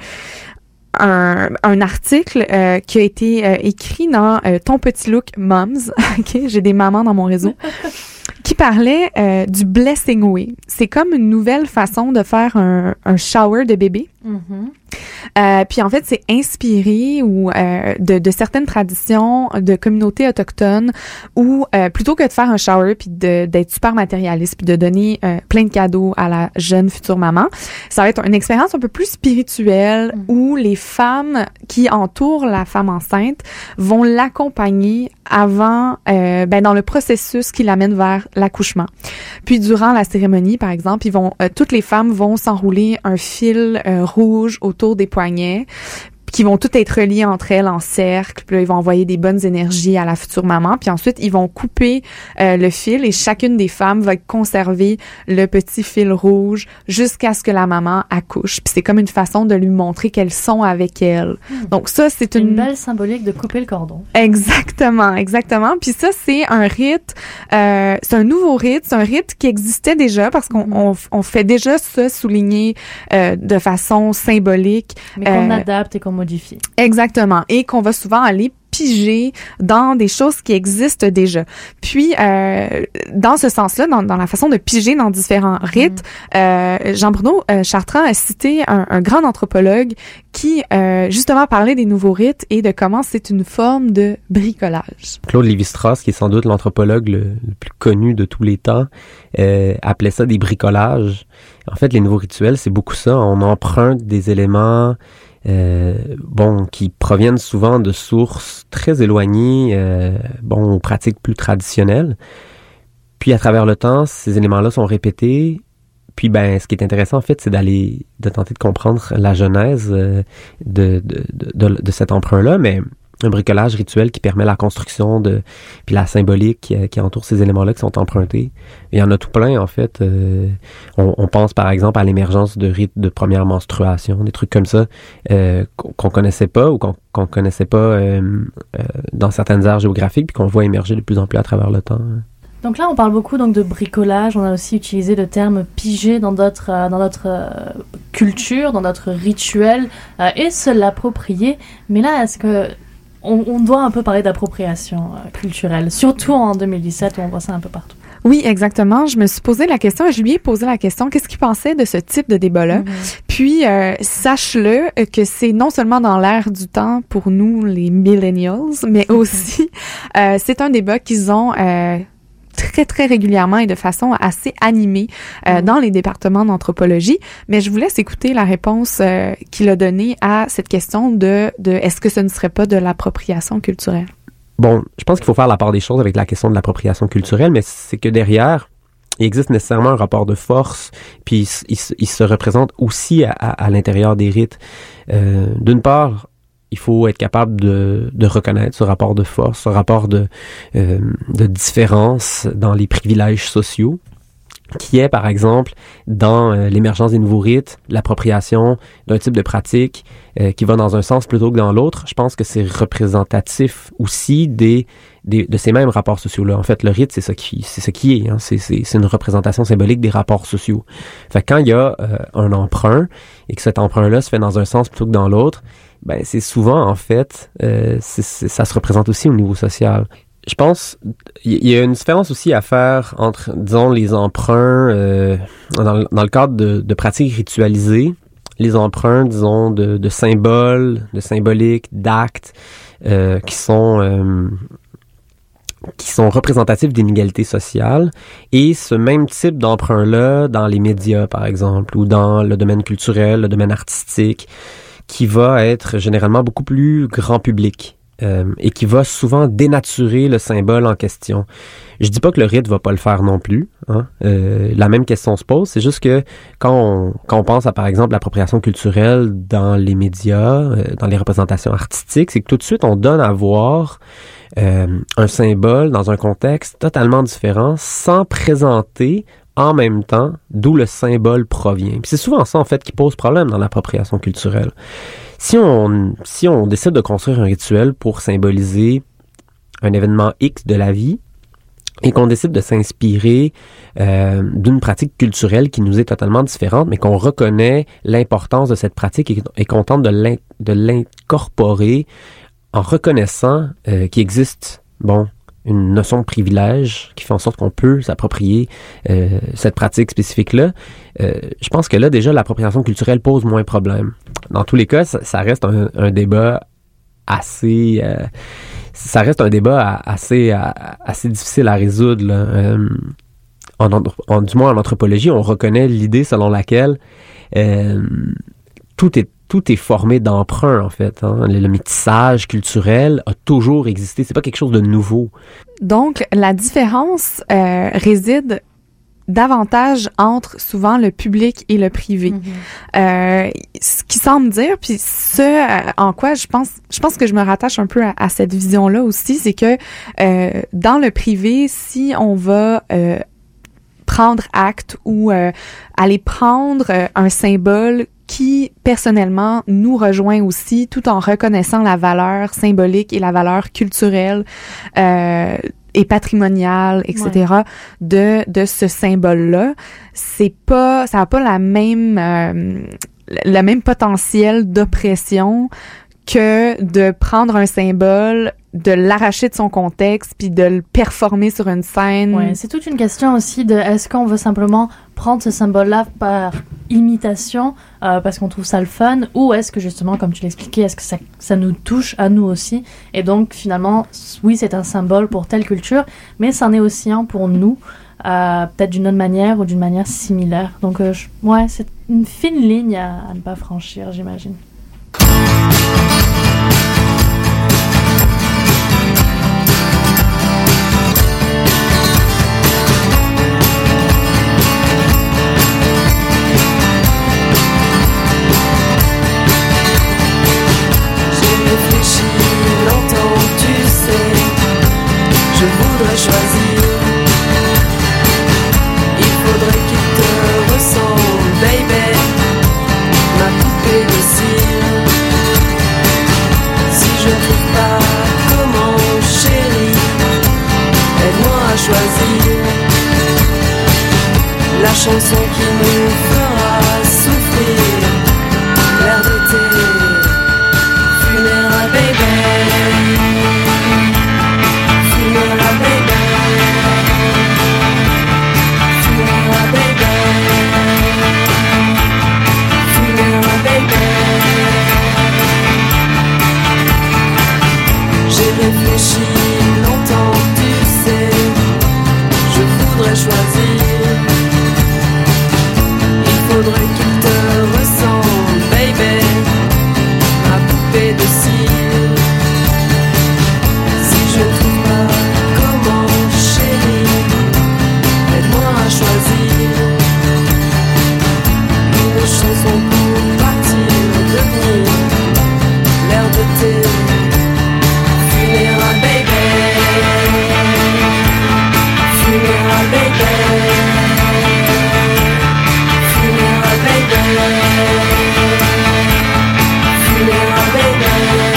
un, un article euh, qui a été euh, écrit dans euh, Ton Petit Look Moms, ok, j'ai des mamans dans mon réseau, qui parlait euh, du blessing way. C'est comme une nouvelle façon de faire un, un shower de bébé. Mhm. Euh, puis en fait, c'est inspiré ou euh, de, de certaines traditions de communautés autochtones où euh, plutôt que de faire un shower puis de, d'être super matérialiste puis de donner euh, plein de cadeaux à la jeune future maman, ça va être une expérience un peu plus spirituelle Mm. où les femmes qui entourent la femme enceinte vont l'accompagner avant, euh, ben dans le processus qui l'amène vers l'accouchement. Puis durant la cérémonie, par exemple, ils vont, euh, toutes les femmes vont s'enrouler un fil euh, rouge autour des poignets, qui vont toutes être reliées entre elles en cercle. Puis là, ils vont envoyer des bonnes énergies à la future maman. Puis ensuite, ils vont couper euh, le fil et chacune des femmes va conserver le petit fil rouge jusqu'à ce que la maman accouche. Puis c'est comme une façon de lui montrer qu'elles sont avec elle. Hmm. Donc ça, c'est C'est une... une belle symbolique de couper le cordon. Exactement, exactement. Puis ça, c'est un rite, euh, c'est un nouveau rite, c'est un rite qui existait déjà parce qu'on Mhm. on, on fait déjà ça souligner euh, de façon symbolique. Mais qu'on Euh, adapte et qu'on modifie. Exactement. Et qu'on va souvent aller piger dans des choses qui existent déjà. Puis, euh, dans ce sens-là, dans, dans la façon de piger dans différents rites, mmh. euh, Jean-Bruno euh, Chartrand a cité un, un grand anthropologue qui, euh, justement, parlait des nouveaux rites et de comment c'est une forme de bricolage. Claude Lévi-Strauss, qui est sans doute l'anthropologue le, le plus connu de tous les temps, euh, appelait ça des bricolages. En fait, les nouveaux rituels, c'est beaucoup ça. On emprunte des éléments euh, bon, qui proviennent souvent de sources très éloignées, euh, bon, aux pratiques plus traditionnelles. Puis, à travers le temps, ces éléments-là sont répétés. Puis, ben, ce qui est intéressant, en fait, c'est d'aller, de tenter de comprendre la genèse euh, de, de, de, de, de cet emprunt-là, mais un bricolage rituel qui permet la construction de, puis la symbolique qui, qui entoure ces éléments-là qui sont empruntés. Il y en a tout plein, en fait. Euh, on, on pense, par exemple, à l'émergence de rites de première menstruation, des trucs comme ça, euh, qu'on, qu'on connaissait pas ou qu'on, qu'on connaissait pas euh, euh, dans certaines aires géographiques, puis qu'on voit émerger de plus en plus à travers le temps. Donc là, on parle beaucoup donc de bricolage. On a aussi utilisé le terme piger dans d'autres, euh, dans notre euh, culture, dans notre rituel, euh, et se l'approprier. Mais là, est-ce que on, on doit un peu parler d'appropriation euh, culturelle, surtout en deux mille dix-sept où on voit ça un peu partout? Oui, exactement. Je me suis posé la question, je lui ai posé la question, qu'est-ce qu'il pensait de ce type de débat-là? Mm-hmm. Puis, euh, sache-le que c'est non seulement dans l'air du temps pour nous, les millennials, mais aussi, euh, c'est un débat qu'ils ont euh, très, très régulièrement et de façon assez animée euh, mmh. dans les départements d'anthropologie. Mais je vous laisse écouter la réponse euh, qu'il a donnée à cette question de, de est-ce que ce ne serait pas de l'appropriation culturelle? Bon, je pense qu'il faut faire la part des choses avec la question de l'appropriation culturelle, mais c'est que derrière, il existe nécessairement un rapport de force, puis il, il, il se représente aussi à, à, à l'intérieur des rites. Euh, d'une part, il faut être capable de, de reconnaître ce rapport de force, ce rapport de, euh, de différence dans les privilèges sociaux, qui est, par exemple, dans euh, l'émergence des nouveaux rites, l'appropriation d'un type de pratique euh, qui va dans un sens plutôt que dans l'autre. Je pense que c'est représentatif aussi des, des de ces mêmes rapports sociaux-là. En fait, le rite, c'est ça qui, c'est ce qui est. Hein. C'est, c'est, c'est une représentation symbolique des rapports sociaux. Fait que quand il y a euh, un emprunt et que cet emprunt-là se fait dans un sens plutôt que dans l'autre, ben c'est souvent, en fait, euh, c'est, c'est, ça se représente aussi au niveau social. Je pense il y a une différence aussi à faire entre, disons, les emprunts euh, dans, dans le cadre de, de pratiques ritualisées, les emprunts, disons, de, de symboles, de symboliques, d'actes euh, qui sont euh, qui sont représentatifs d'inégalités sociales, et ce même type d'emprunt-là dans les médias, par exemple, ou dans le domaine culturel, le domaine artistique, qui va être généralement beaucoup plus grand public. Euh, et qui va souvent dénaturer le symbole en question. Je dis pas que le rite va pas le faire non plus. Hein. Euh, la même question se pose. C'est juste que quand on, quand on pense à, par exemple, l'appropriation culturelle dans les médias, euh, dans les représentations artistiques, c'est que tout de suite, on donne à voir euh, un symbole dans un contexte totalement différent sans présenter en même temps d'où le symbole provient. Puis c'est souvent ça, en fait, qui pose problème dans l'appropriation culturelle. Si on, si on décide de construire un rituel pour symboliser un événement X de la vie et qu'on décide de s'inspirer euh, d'une pratique culturelle qui nous est totalement différente, mais qu'on reconnaît l'importance de cette pratique et, et qu'on tente de, l'in, de l'incorporer en reconnaissant euh, qu'il existe, bon, une notion de privilège qui fait en sorte qu'on peut s'approprier euh, cette pratique spécifique-là, euh, je pense que là, déjà, l'appropriation culturelle pose moins de problème. Dans tous les cas, ça, ça reste un, un débat assez... Euh, ça reste un débat assez, assez difficile à résoudre. Là. Euh, en, en, du moins, en anthropologie, on reconnaît l'idée selon laquelle euh, tout est Tout est formé d'emprunts, en fait. Hein. Le, le métissage culturel a toujours existé. C'est pas quelque chose de nouveau. Donc, la différence euh, réside davantage entre souvent le public et le privé. Mm-hmm. Euh, ce qui semble dire, puis ce euh, en quoi je pense, je pense que je me rattache un peu à, à cette vision-là aussi, c'est que euh, dans le privé, si on va euh, prendre acte ou euh, aller prendre euh, un symbole qui, personnellement, nous rejoint aussi, tout en reconnaissant la valeur symbolique et la valeur culturelle euh, et patrimoniale, et cetera, ouais. de de ce symbole-là. C'est pas, ça a pas la même euh, le même potentiel d'oppression que de prendre un symbole de l'arracher de son contexte puis de le performer sur une scène. Ouais, c'est toute une question aussi de est-ce qu'on veut simplement prendre ce symbole-là par imitation euh, parce qu'on trouve ça le fun, ou est-ce que justement, comme tu l'expliquais, est-ce que ça, ça nous touche à nous aussi, et donc finalement, oui, c'est un symbole pour telle culture, mais c'en est aussi un pour nous, euh, peut-être d'une autre manière ou d'une manière similaire. Donc, euh, je, ouais, c'est une fine ligne à, à ne pas franchir, j'imagine. Je voudrais choisir. Il faudrait qu'il te ressemble, baby, ma poupée de cire. Si je ne trouve pas comment, chérie, aide-moi à choisir la chanson qui nous fera souffrir. L'air de tes funérailles, baby. Funeral baby, funeral baby, funeral baby. J'ai réfléchi longtemps, tu sais, je voudrais choisir. Il faudrait qu'il te ressemble, baby, ma poupée de cire. Si je trouve pas comment, chérie, aide-moi à choisir une chanson pour partir, devenir l'air de tes funérailles, baby. Funérailles, baby. Funérailles, baby. Funérailles, baby.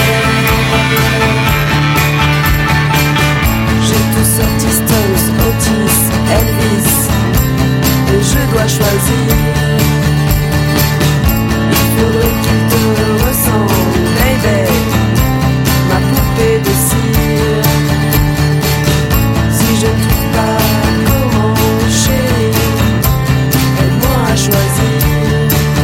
Sorti Stones, Otis, Elvis, et je dois choisir. Il faudrait qu'il te ressemble, baby, ma poupée de cire. Si je ne trouve pas comment, chérie, aide-moi à choisir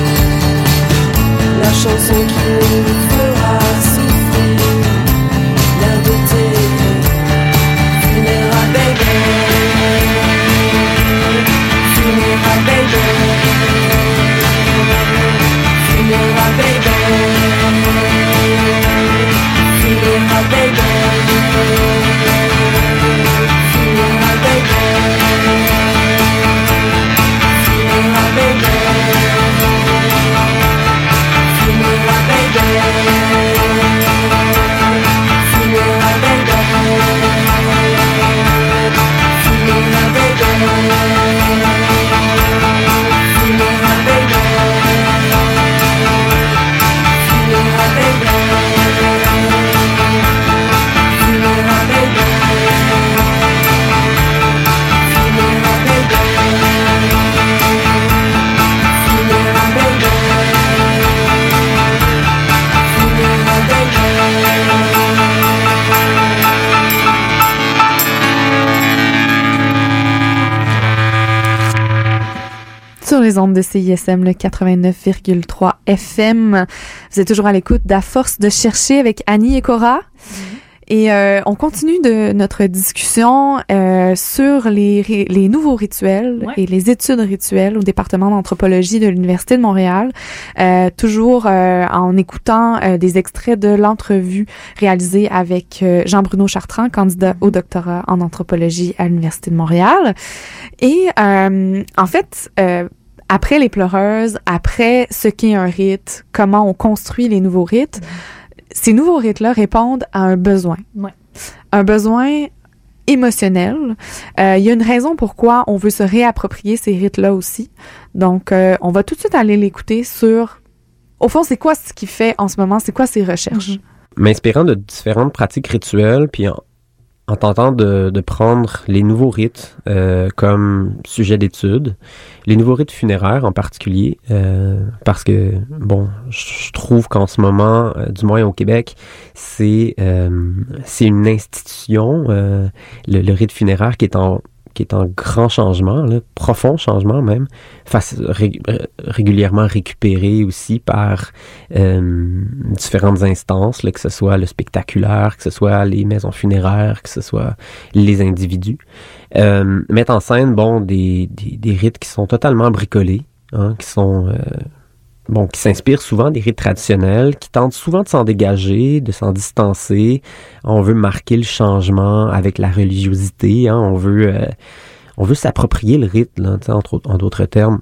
la chanson qui nous fera souffrir. L'air de tes funeral baby, funeral baby, funeral baby, funeral baby, funeral baby, funeral baby, funeral Sur les ondes de C I S M, le quatre-vingt-neuf virgule trois F M. Vous êtes toujours à l'écoute d'À force de chercher avec Annie et Cora. Mmh. Et euh, on continue de notre discussion euh, sur les, les nouveaux rituels ouais. et les études rituelles au département d'anthropologie de l'Université de Montréal, euh, toujours euh, en écoutant euh, des extraits de l'entrevue réalisée avec euh, Jean-Bruno Chartrand, candidat au doctorat en anthropologie à l'Université de Montréal. Et euh, en fait, euh, après les pleureuses, après ce qu'est un rite, comment on construit les nouveaux rites, mmh. ces nouveaux rites-là répondent à un besoin. Ouais. Un besoin émotionnel. Euh, il y a une raison pourquoi on veut se réapproprier ces rites-là aussi. Donc, euh, on va tout de suite aller l'écouter sur, au fond, c'est quoi ce qu'il fait en ce moment? C'est quoi ses recherches? Mm-hmm. M'inspirant de différentes pratiques rituelles, puis en, en tentant de, de prendre les nouveaux rites euh, comme sujet d'étude, les nouveaux rites funéraires en particulier, euh, parce que, bon, je trouve qu'en ce moment, euh, du moins au Québec, c'est euh, c'est une institution, euh, le, le rite funéraire qui est en qui est en grand changement, là, profond changement même, face, ré, régulièrement récupéré aussi par euh, différentes instances, là, que ce soit le spectaculaire, que ce soit les maisons funéraires, que ce soit les individus, euh, mettent en scène bon des, des, des rites qui sont totalement bricolés, hein, qui sont euh, bon, qui s'inspirent souvent des rites traditionnels, qui tentent souvent de s'en dégager, de s'en distancer. On veut marquer le changement avec la religiosité, hein, on veut euh, on veut s'approprier le rite, là, entre, en d'autres termes.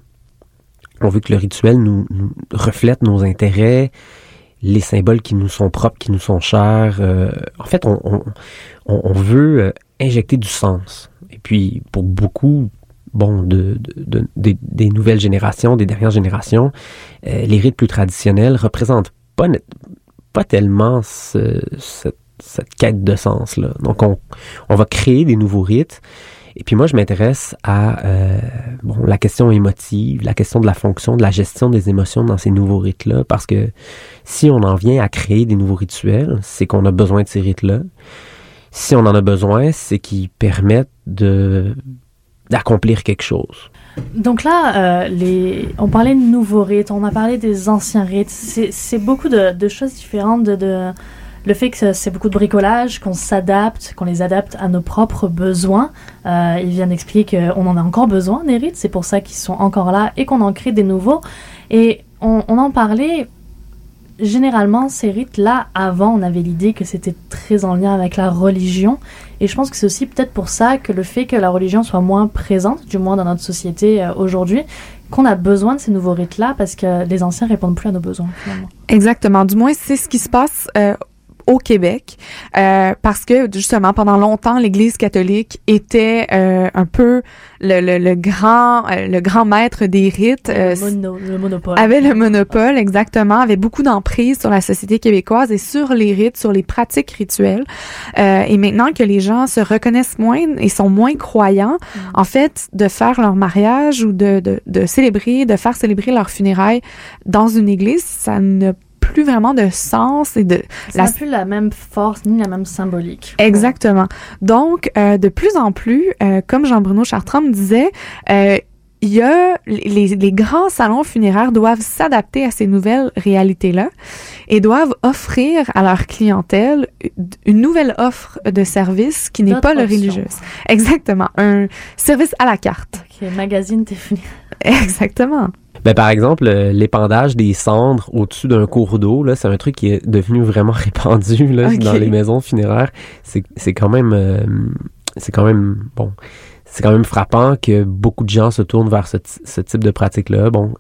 On veut que le rituel nous, nous reflète nos intérêts, les symboles qui nous sont propres, qui nous sont chers. Euh, en fait, on, on, on veut injecter du sens. Et puis, pour beaucoup bon, de, de, de, de, des nouvelles générations, des dernières générations, euh, les rites plus traditionnels représentent pas, net, pas tellement ce, cette, cette quête de sens-là. Donc, on, on va créer des nouveaux rites. Et puis moi, je m'intéresse à euh, bon, la question émotive, la question de la fonction, de la gestion des émotions dans ces nouveaux rites-là, parce que si on en vient à créer des nouveaux rituels, c'est qu'on a besoin de ces rites-là. Si on en a besoin, c'est qu'ils permettent de d'accomplir quelque chose. Donc là, euh, les... on parlait de nouveaux rites, on a parlé des anciens rites. C'est, c'est beaucoup de, de choses différentes. De, de... Le fait que c'est beaucoup de bricolage, qu'on s'adapte, qu'on les adapte à nos propres besoins. Euh, il vient d'expliquer qu'on en a encore besoin des rites. C'est pour ça qu'ils sont encore là et qu'on en crée des nouveaux. Et on, on en parlait... Généralement, ces rites-là, avant, on avait l'idée que c'était très en lien avec la religion. Et je pense que c'est aussi peut-être pour ça que le fait que la religion soit moins présente, du moins dans notre société euh, aujourd'hui, qu'on a besoin de ces nouveaux rites-là parce que les anciens répondent plus à nos besoins, finalement. Exactement. Du moins, c'est ce qui se passe euh, au Québec, euh, parce que justement pendant longtemps l'Église catholique était euh, un peu le, le, le grand euh, le grand maître des rites, euh, le, mono, le monopole avait le monopole exactement, avait beaucoup d'emprise sur la société québécoise et sur les rites, sur les pratiques rituelles. Euh, et maintenant que les gens se reconnaissent moins et sont moins croyants, mm. en fait, de faire leur mariage ou de, de de célébrer, de faire célébrer leurs funérailles dans une église, ça ne plus vraiment de sens et de ça n'a plus la même force ni la même symbolique. Exactement. Donc euh, de plus en plus, euh, comme Jean-Bruno Chartrand me disait, euh, il y a les, les grands salons funéraires doivent s'adapter à ces nouvelles réalités-là et doivent offrir à leur clientèle une nouvelle offre de service qui n'est D'autres pas le options. religieux. Exactement, un service à la carte. Ok, magazine tes funérailles. Exactement. Ben, par exemple, euh, l'épandage des cendres au-dessus d'un cours d'eau, là, c'est un truc qui est devenu vraiment répandu là, okay. dans les maisons funéraires. C'est, c'est quand même, euh, c'est quand même, bon, c'est quand même frappant que beaucoup de gens se tournent vers ce, t- ce type de pratique-là. Bon,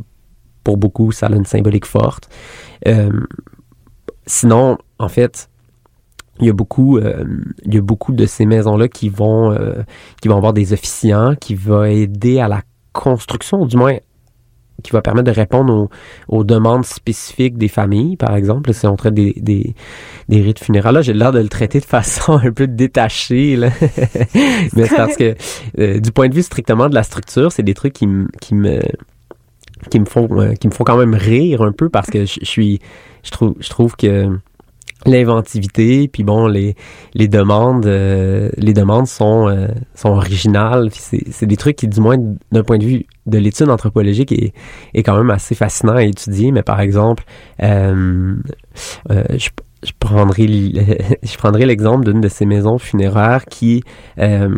pour beaucoup, ça a une symbolique forte. Euh, sinon, en fait, il y a beaucoup, euh, il y a beaucoup de ces maisons-là qui vont, euh, qui vont avoir des officiants, qui vont aider à la construction, du moins qui va permettre de répondre aux, aux demandes spécifiques des familles, par exemple. Si on traite des, des, des rites funéraires, là, j'ai l'air de le traiter de façon un peu détachée, là. Mais c'est parce que, euh, du point de vue strictement de la structure, c'est des trucs qui, m- qui me qui me font euh, qui me font quand même rire un peu parce que je, je suis je trouve je trouve que l'inventivité puis bon les les demandes euh, les demandes sont euh, sont originales puis c'est c'est des trucs qui du moins d'un point de vue de l'étude anthropologique est est quand même assez fascinant à étudier. Mais par exemple euh, euh, je je prendrai je prendrai l'exemple d'une de ces maisons funéraires qui euh,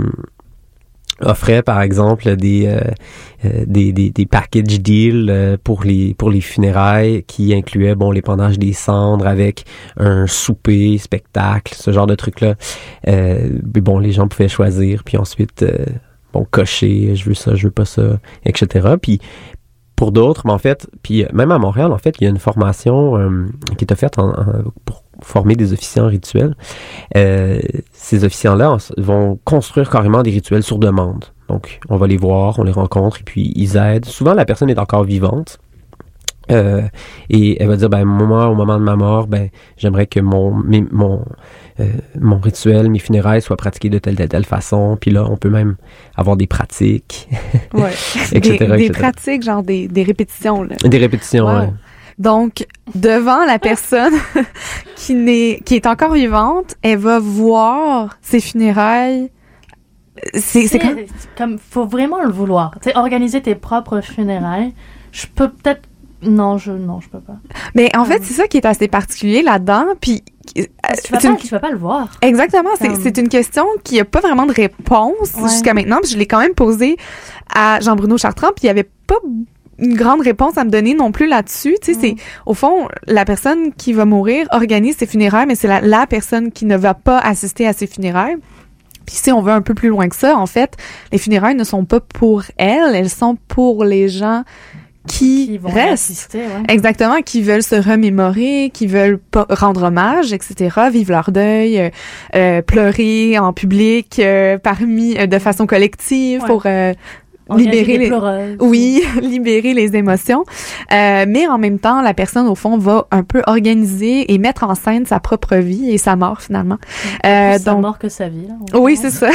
offrait par exemple des euh, euh, des, des des package deals euh, pour les pour les funérailles qui incluaient bon l'épandage des cendres avec un souper, spectacle, ce genre de trucs là. Euh, mais bon, les gens pouvaient choisir puis ensuite euh, bon cocher, je veux ça, je veux pas ça, et cetera. Puis pour d'autres, mais en fait, puis même à Montréal, en fait, il y a une formation euh, qui est offerte en, en, pour former des officiants rituels. Euh, ces officiants-là vont construire carrément des rituels sur demande. Donc, on va les voir, on les rencontre, et puis ils aident. Souvent, la personne est encore vivante. Euh, et elle va dire, ben moi, au moment de ma mort, ben j'aimerais que mon mes, mon euh, mon rituel, mes funérailles soient pratiqués de telle telle telle façon. Puis là, on peut même avoir des pratiques, ouais. et cetera, des, des et cetera. pratiques, genre des, des répétitions. Là. Des répétitions. Wow. Ouais. Donc, devant la personne qui n'est qui est encore vivante, elle va voir ses funérailles. C'est, c'est comme... comme faut vraiment le vouloir. Tu sais, organiser tes propres funérailles. Je peux peut-être non, je non, je peux pas. Mais en fait, c'est ça qui est assez particulier là-dedans. Puis Parce que tu vas pas, une... tu vas pas le voir. Exactement. C'est, Comme... c'est une question qui a pas vraiment de réponse ouais. jusqu'à maintenant. Puis je l'ai quand même posée à Jean-Bruno Chartrand. Puis il y avait pas une grande réponse à me donner non plus là-dessus. Tu sais, mm. c'est au fond la personne qui va mourir organise ses funérailles, mais c'est la, la personne qui ne va pas assister à ses funérailles. Puis si on va un peu plus loin que ça, en fait, les funérailles ne sont pas pour elle, elles sont pour les gens qui, qui vont restent. Assister, ouais. Exactement, qui veulent se remémorer, qui veulent pa- rendre hommage, et cetera, vivre leur deuil, euh, euh, pleurer en public, euh, parmi, euh, de façon collective, ouais. pour euh, libérer les oui libérer les émotions, euh, mais en même temps la personne au fond va un peu organiser et mettre en scène sa propre vie et sa mort finalement. Euh, donc sa mort que sa vie là, oui c'est ça.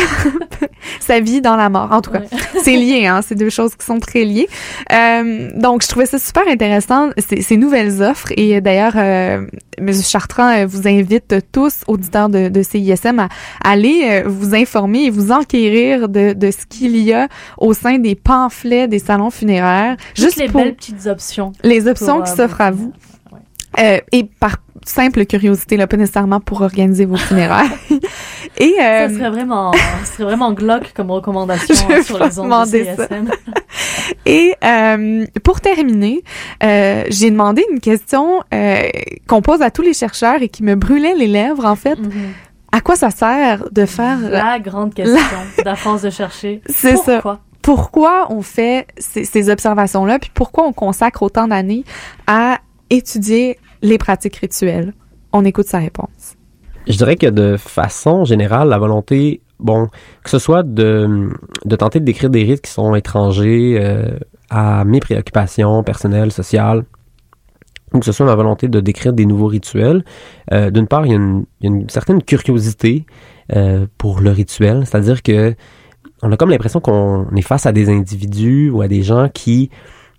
Sa vie dans la mort en tout cas. Ouais. C'est lié hein, c'est deux choses qui sont très liées. Euh, donc je trouvais ça super intéressant ces, ces nouvelles offres et d'ailleurs euh, M. Chartrand vous invite tous auditeurs de, de C I S M à, à aller vous informer et vous enquérir de, de ce qu'il y a au sein des pamphlets des salons funéraires. Toutes juste les pour belles petites options. Les options pour, qui euh, s'offrent à vous. Ouais. Euh, et par simple curiosité, là, pas nécessairement pour organiser vos funérailles. et, euh, ça serait vraiment, ça serait vraiment glauque comme recommandation je sur les ondes de C I S M. Et euh, pour terminer, euh, j'ai demandé une question euh, qu'on pose à tous les chercheurs et qui me brûlait les lèvres, en fait. Mm-hmm. À quoi ça sert de faire... La grande question la... d'à force de chercher. C'est Pourquoi? ça. Pourquoi on fait ces, ces observations-là, puis pourquoi on consacre autant d'années à étudier les pratiques rituelles? On écoute sa réponse. Je dirais que de façon générale, la volonté, bon, que ce soit de, de tenter de décrire des rites qui sont étrangers euh, à mes préoccupations personnelles, sociales, ou que ce soit ma volonté de décrire des nouveaux rituels, euh, d'une part, il y a une, il y a une certaine curiosité euh, pour le rituel, c'est-à-dire que on a comme l'impression qu'on est face à des individus ou à des gens qui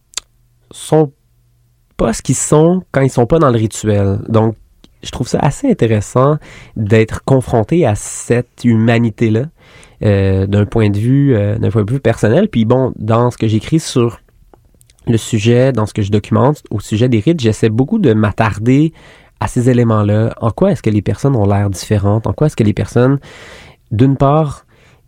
sont pas ce qu'ils sont quand ils sont pas dans le rituel. Donc, je trouve ça assez intéressant d'être confronté à cette humanité-là euh, d'un point de vue euh, d'un point de vue personnel. Puis bon, dans ce que j'écris sur le sujet, dans ce que je documente au sujet des rites, j'essaie beaucoup de m'attarder à ces éléments-là. En quoi est-ce que les personnes ont l'air différentes? En quoi est-ce que les personnes, d'une part,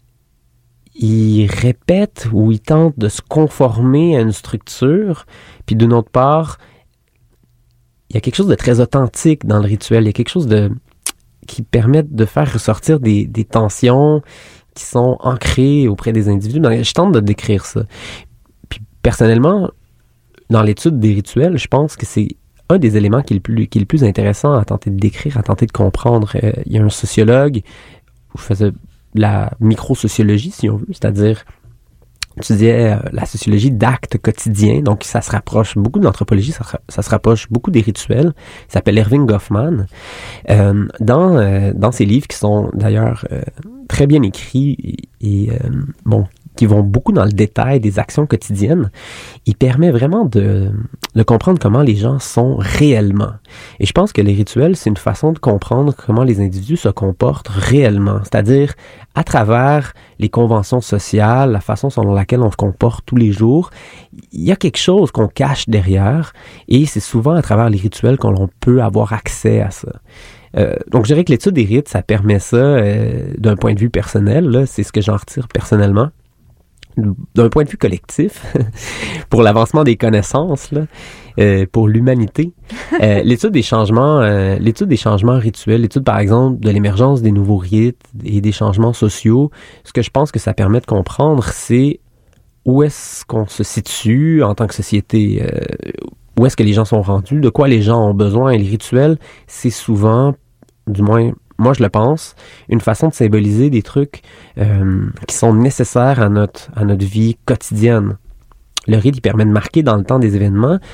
ils répètent ou ils tentent de se conformer à une structure, puis d'une autre part, il y a quelque chose de très authentique dans le rituel. Il y a quelque chose de qui permet de faire ressortir des, des tensions qui sont ancrées auprès des individus. Je tente de décrire ça. Puis personnellement, dans l'étude des rituels, je pense que c'est un des éléments qui est le plus, qui est le plus intéressant à tenter de décrire, à tenter de comprendre. Euh, il y a un sociologue, je faisais la microsociologie, si on veut, c'est-à-dire étudiait euh, la sociologie d'actes quotidiens, donc ça se rapproche beaucoup de l'anthropologie, ça, ça se rapproche beaucoup des rituels. Il s'appelle Erving Goffman. Euh, dans, euh, dans ses livres qui sont d'ailleurs euh, très bien écrits et, et euh, bon, qui vont beaucoup dans le détail des actions quotidiennes, il permet vraiment de, de comprendre comment les gens sont réellement. Et je pense que les rituels, c'est une façon de comprendre comment les individus se comportent réellement, c'est-à-dire à travers les conventions sociales, la façon selon laquelle on se comporte tous les jours, il y a quelque chose qu'on cache derrière, et c'est souvent à travers les rituels qu'on peut avoir accès à ça. Euh, donc, je dirais que l'étude des rites, ça permet ça euh, d'un point de vue personnel, là, c'est ce que j'en retire personnellement. D'un point de vue collectif, pour l'avancement des connaissances, là, euh, pour l'humanité, euh, l'étude des changements, euh, l'étude des changements rituels, l'étude par exemple de l'émergence des nouveaux rites et des changements sociaux, ce que je pense que ça permet de comprendre, c'est où est-ce qu'on se situe en tant que société, euh, où est-ce que les gens sont rendus, de quoi les gens ont besoin. Et les rituels, c'est souvent, du moins moi je le pense, une façon de symboliser des trucs euh, qui sont nécessaires à notre, à notre vie quotidienne. Le rite, il permet de marquer dans le temps des événements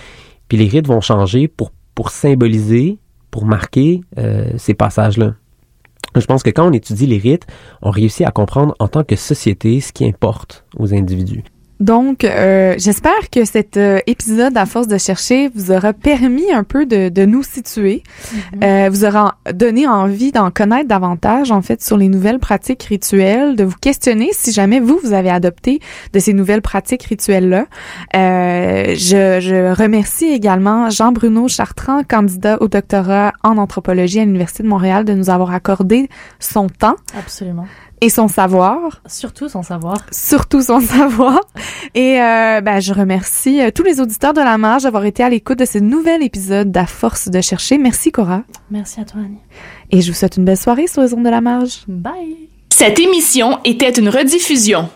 Puis les rites vont changer pour, pour symboliser, pour marquer euh, ces passages-là. Je pense que quand on étudie les rites, on réussit à comprendre en tant que société ce qui importe aux individus. Donc, euh, j'espère que cet euh, épisode, à force de chercher, vous aura permis un peu de, de nous situer, mm-hmm. euh, vous aura donné envie d'en connaître davantage, en fait, sur les nouvelles pratiques rituelles, de vous questionner si jamais vous, vous avez adopté de ces nouvelles pratiques rituelles-là. Euh, je, je remercie également Jean-Bruno Chartrand, candidat au doctorat en anthropologie à l'Université de Montréal, de nous avoir accordé son temps. Absolument. Et son savoir. Surtout son savoir. Surtout son savoir. Et euh, ben, je remercie euh, tous les auditeurs de La Marge d'avoir été à l'écoute de ce nouvel épisode d'À force de chercher. Merci, Cora. Merci à toi, Annie. Et je vous souhaite une belle soirée sur les ondes de La Marge. Bye! Cette émission était une rediffusion.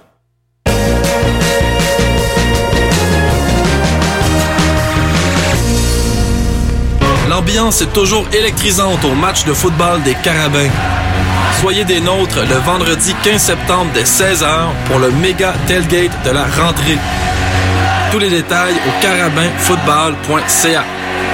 L'ambiance est toujours électrisante au match de football des Carabins. Soyez des nôtres le vendredi quinze septembre dès seize heures pour le méga tailgate de la rentrée. Tous les détails au carabin football point c a.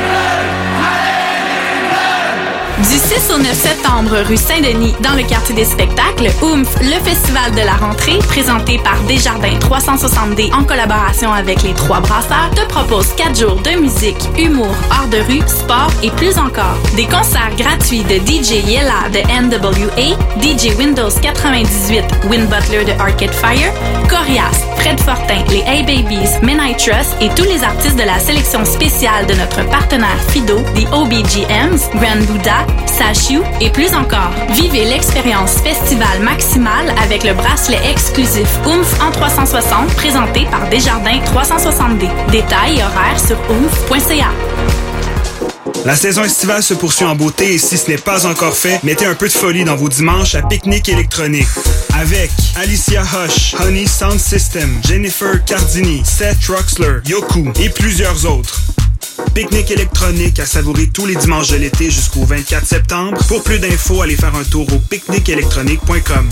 Du six au neuf septembre, rue Saint-Denis, dans le quartier des spectacles, Oomph, le festival de la rentrée, présenté par Desjardins trois cent soixante D en collaboration avec les Trois Brasseurs, te propose quatre jours de musique, humour, art de rue, sport et plus encore. Des concerts gratuits de D J Yella de N W A, D J Windows quatre-vingt-dix-huit, Win Butler de Arcade Fire, Corias, Fred Fortin, les A-Babies, Men I Trust et tous les artistes de la sélection spéciale de notre partenaire Fido, des O B G Ms, Grand Buddha, Sashu et plus encore. Vivez l'expérience festival maximale avec le bracelet exclusif Oomph en trois cent soixante présenté par Desjardins trois cent soixante D. Détails et horaires sur oomph point c a. La saison estivale se poursuit en beauté et si ce n'est pas encore fait, mettez un peu de folie dans vos dimanches à Pique-Nique électronique. Avec Alicia Hush, Honey Sound System, Jennifer Cardini, Seth Troxler, Yoku et plusieurs autres. Pique-Nique électronique à savourer tous les dimanches de l'été jusqu'au vingt-quatre septembre. Pour plus d'infos, allez faire un tour au pique nique électronique point com.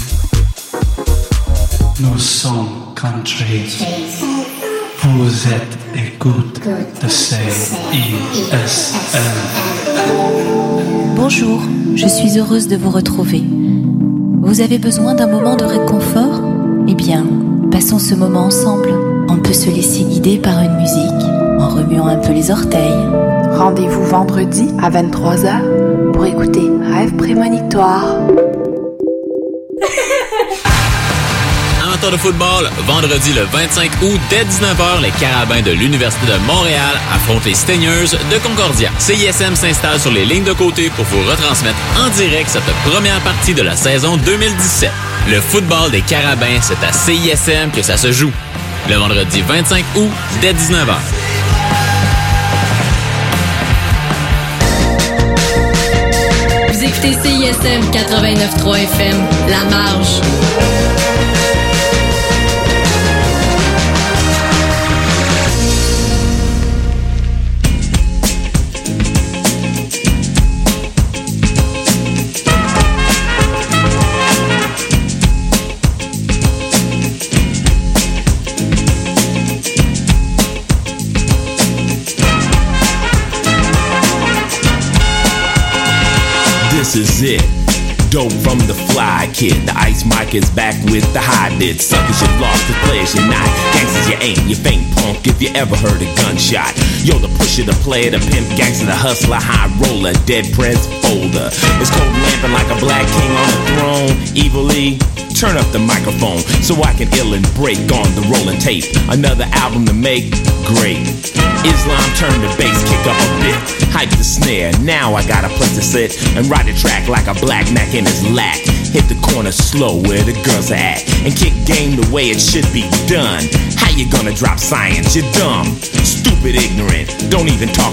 Nous sommes country. Vous êtes écoute de C I S M. Bonjour, je suis heureuse de vous retrouver. Vous avez besoin d'un moment de réconfort? Eh bien, passons ce moment ensemble. On peut se laisser guider par une musique en remuant un peu les orteils. Rendez-vous vendredi à vingt-trois heures pour écouter Rêve prémonitoire. Amateur de football, vendredi le vingt-cinq août dès dix-neuf heures, les Carabins de l'Université de Montréal affrontent les Stingers de Concordia. C I S M s'installe sur les lignes de côté pour vous retransmettre en direct cette première partie de la saison deux mille dix-sept. Le football des Carabins, c'est à C I S M que ça se joue. Le vendredi vingt-cinq août dès dix-neuf heures. Vous écoutez C I S M quatre-vingt-neuf virgule trois F M, La Marge. This is it. Dope from the fly kid. The ice mic is back with the high bid. Suckers, you lost, the players, you're not. Gangsters, you ain't. You faint punk if you ever heard a gunshot. Yo, the pusher, the player, the pimp, gangster, the hustler, high roller, dead prince folder. It's cold lamping like a black king on a throne. Evilly, turn up the microphone so I can ill and break on the rolling tape. Another album to make, great. Islam turn the bass, kick up a bit. Hype the snare, now I got a place to sit and ride the track like a black neck in his lack. Hit the corner slow where the girls are at and kick game the way it should be done. How you gonna drop science? You're dumb, stupid, ignorant. Don't even talk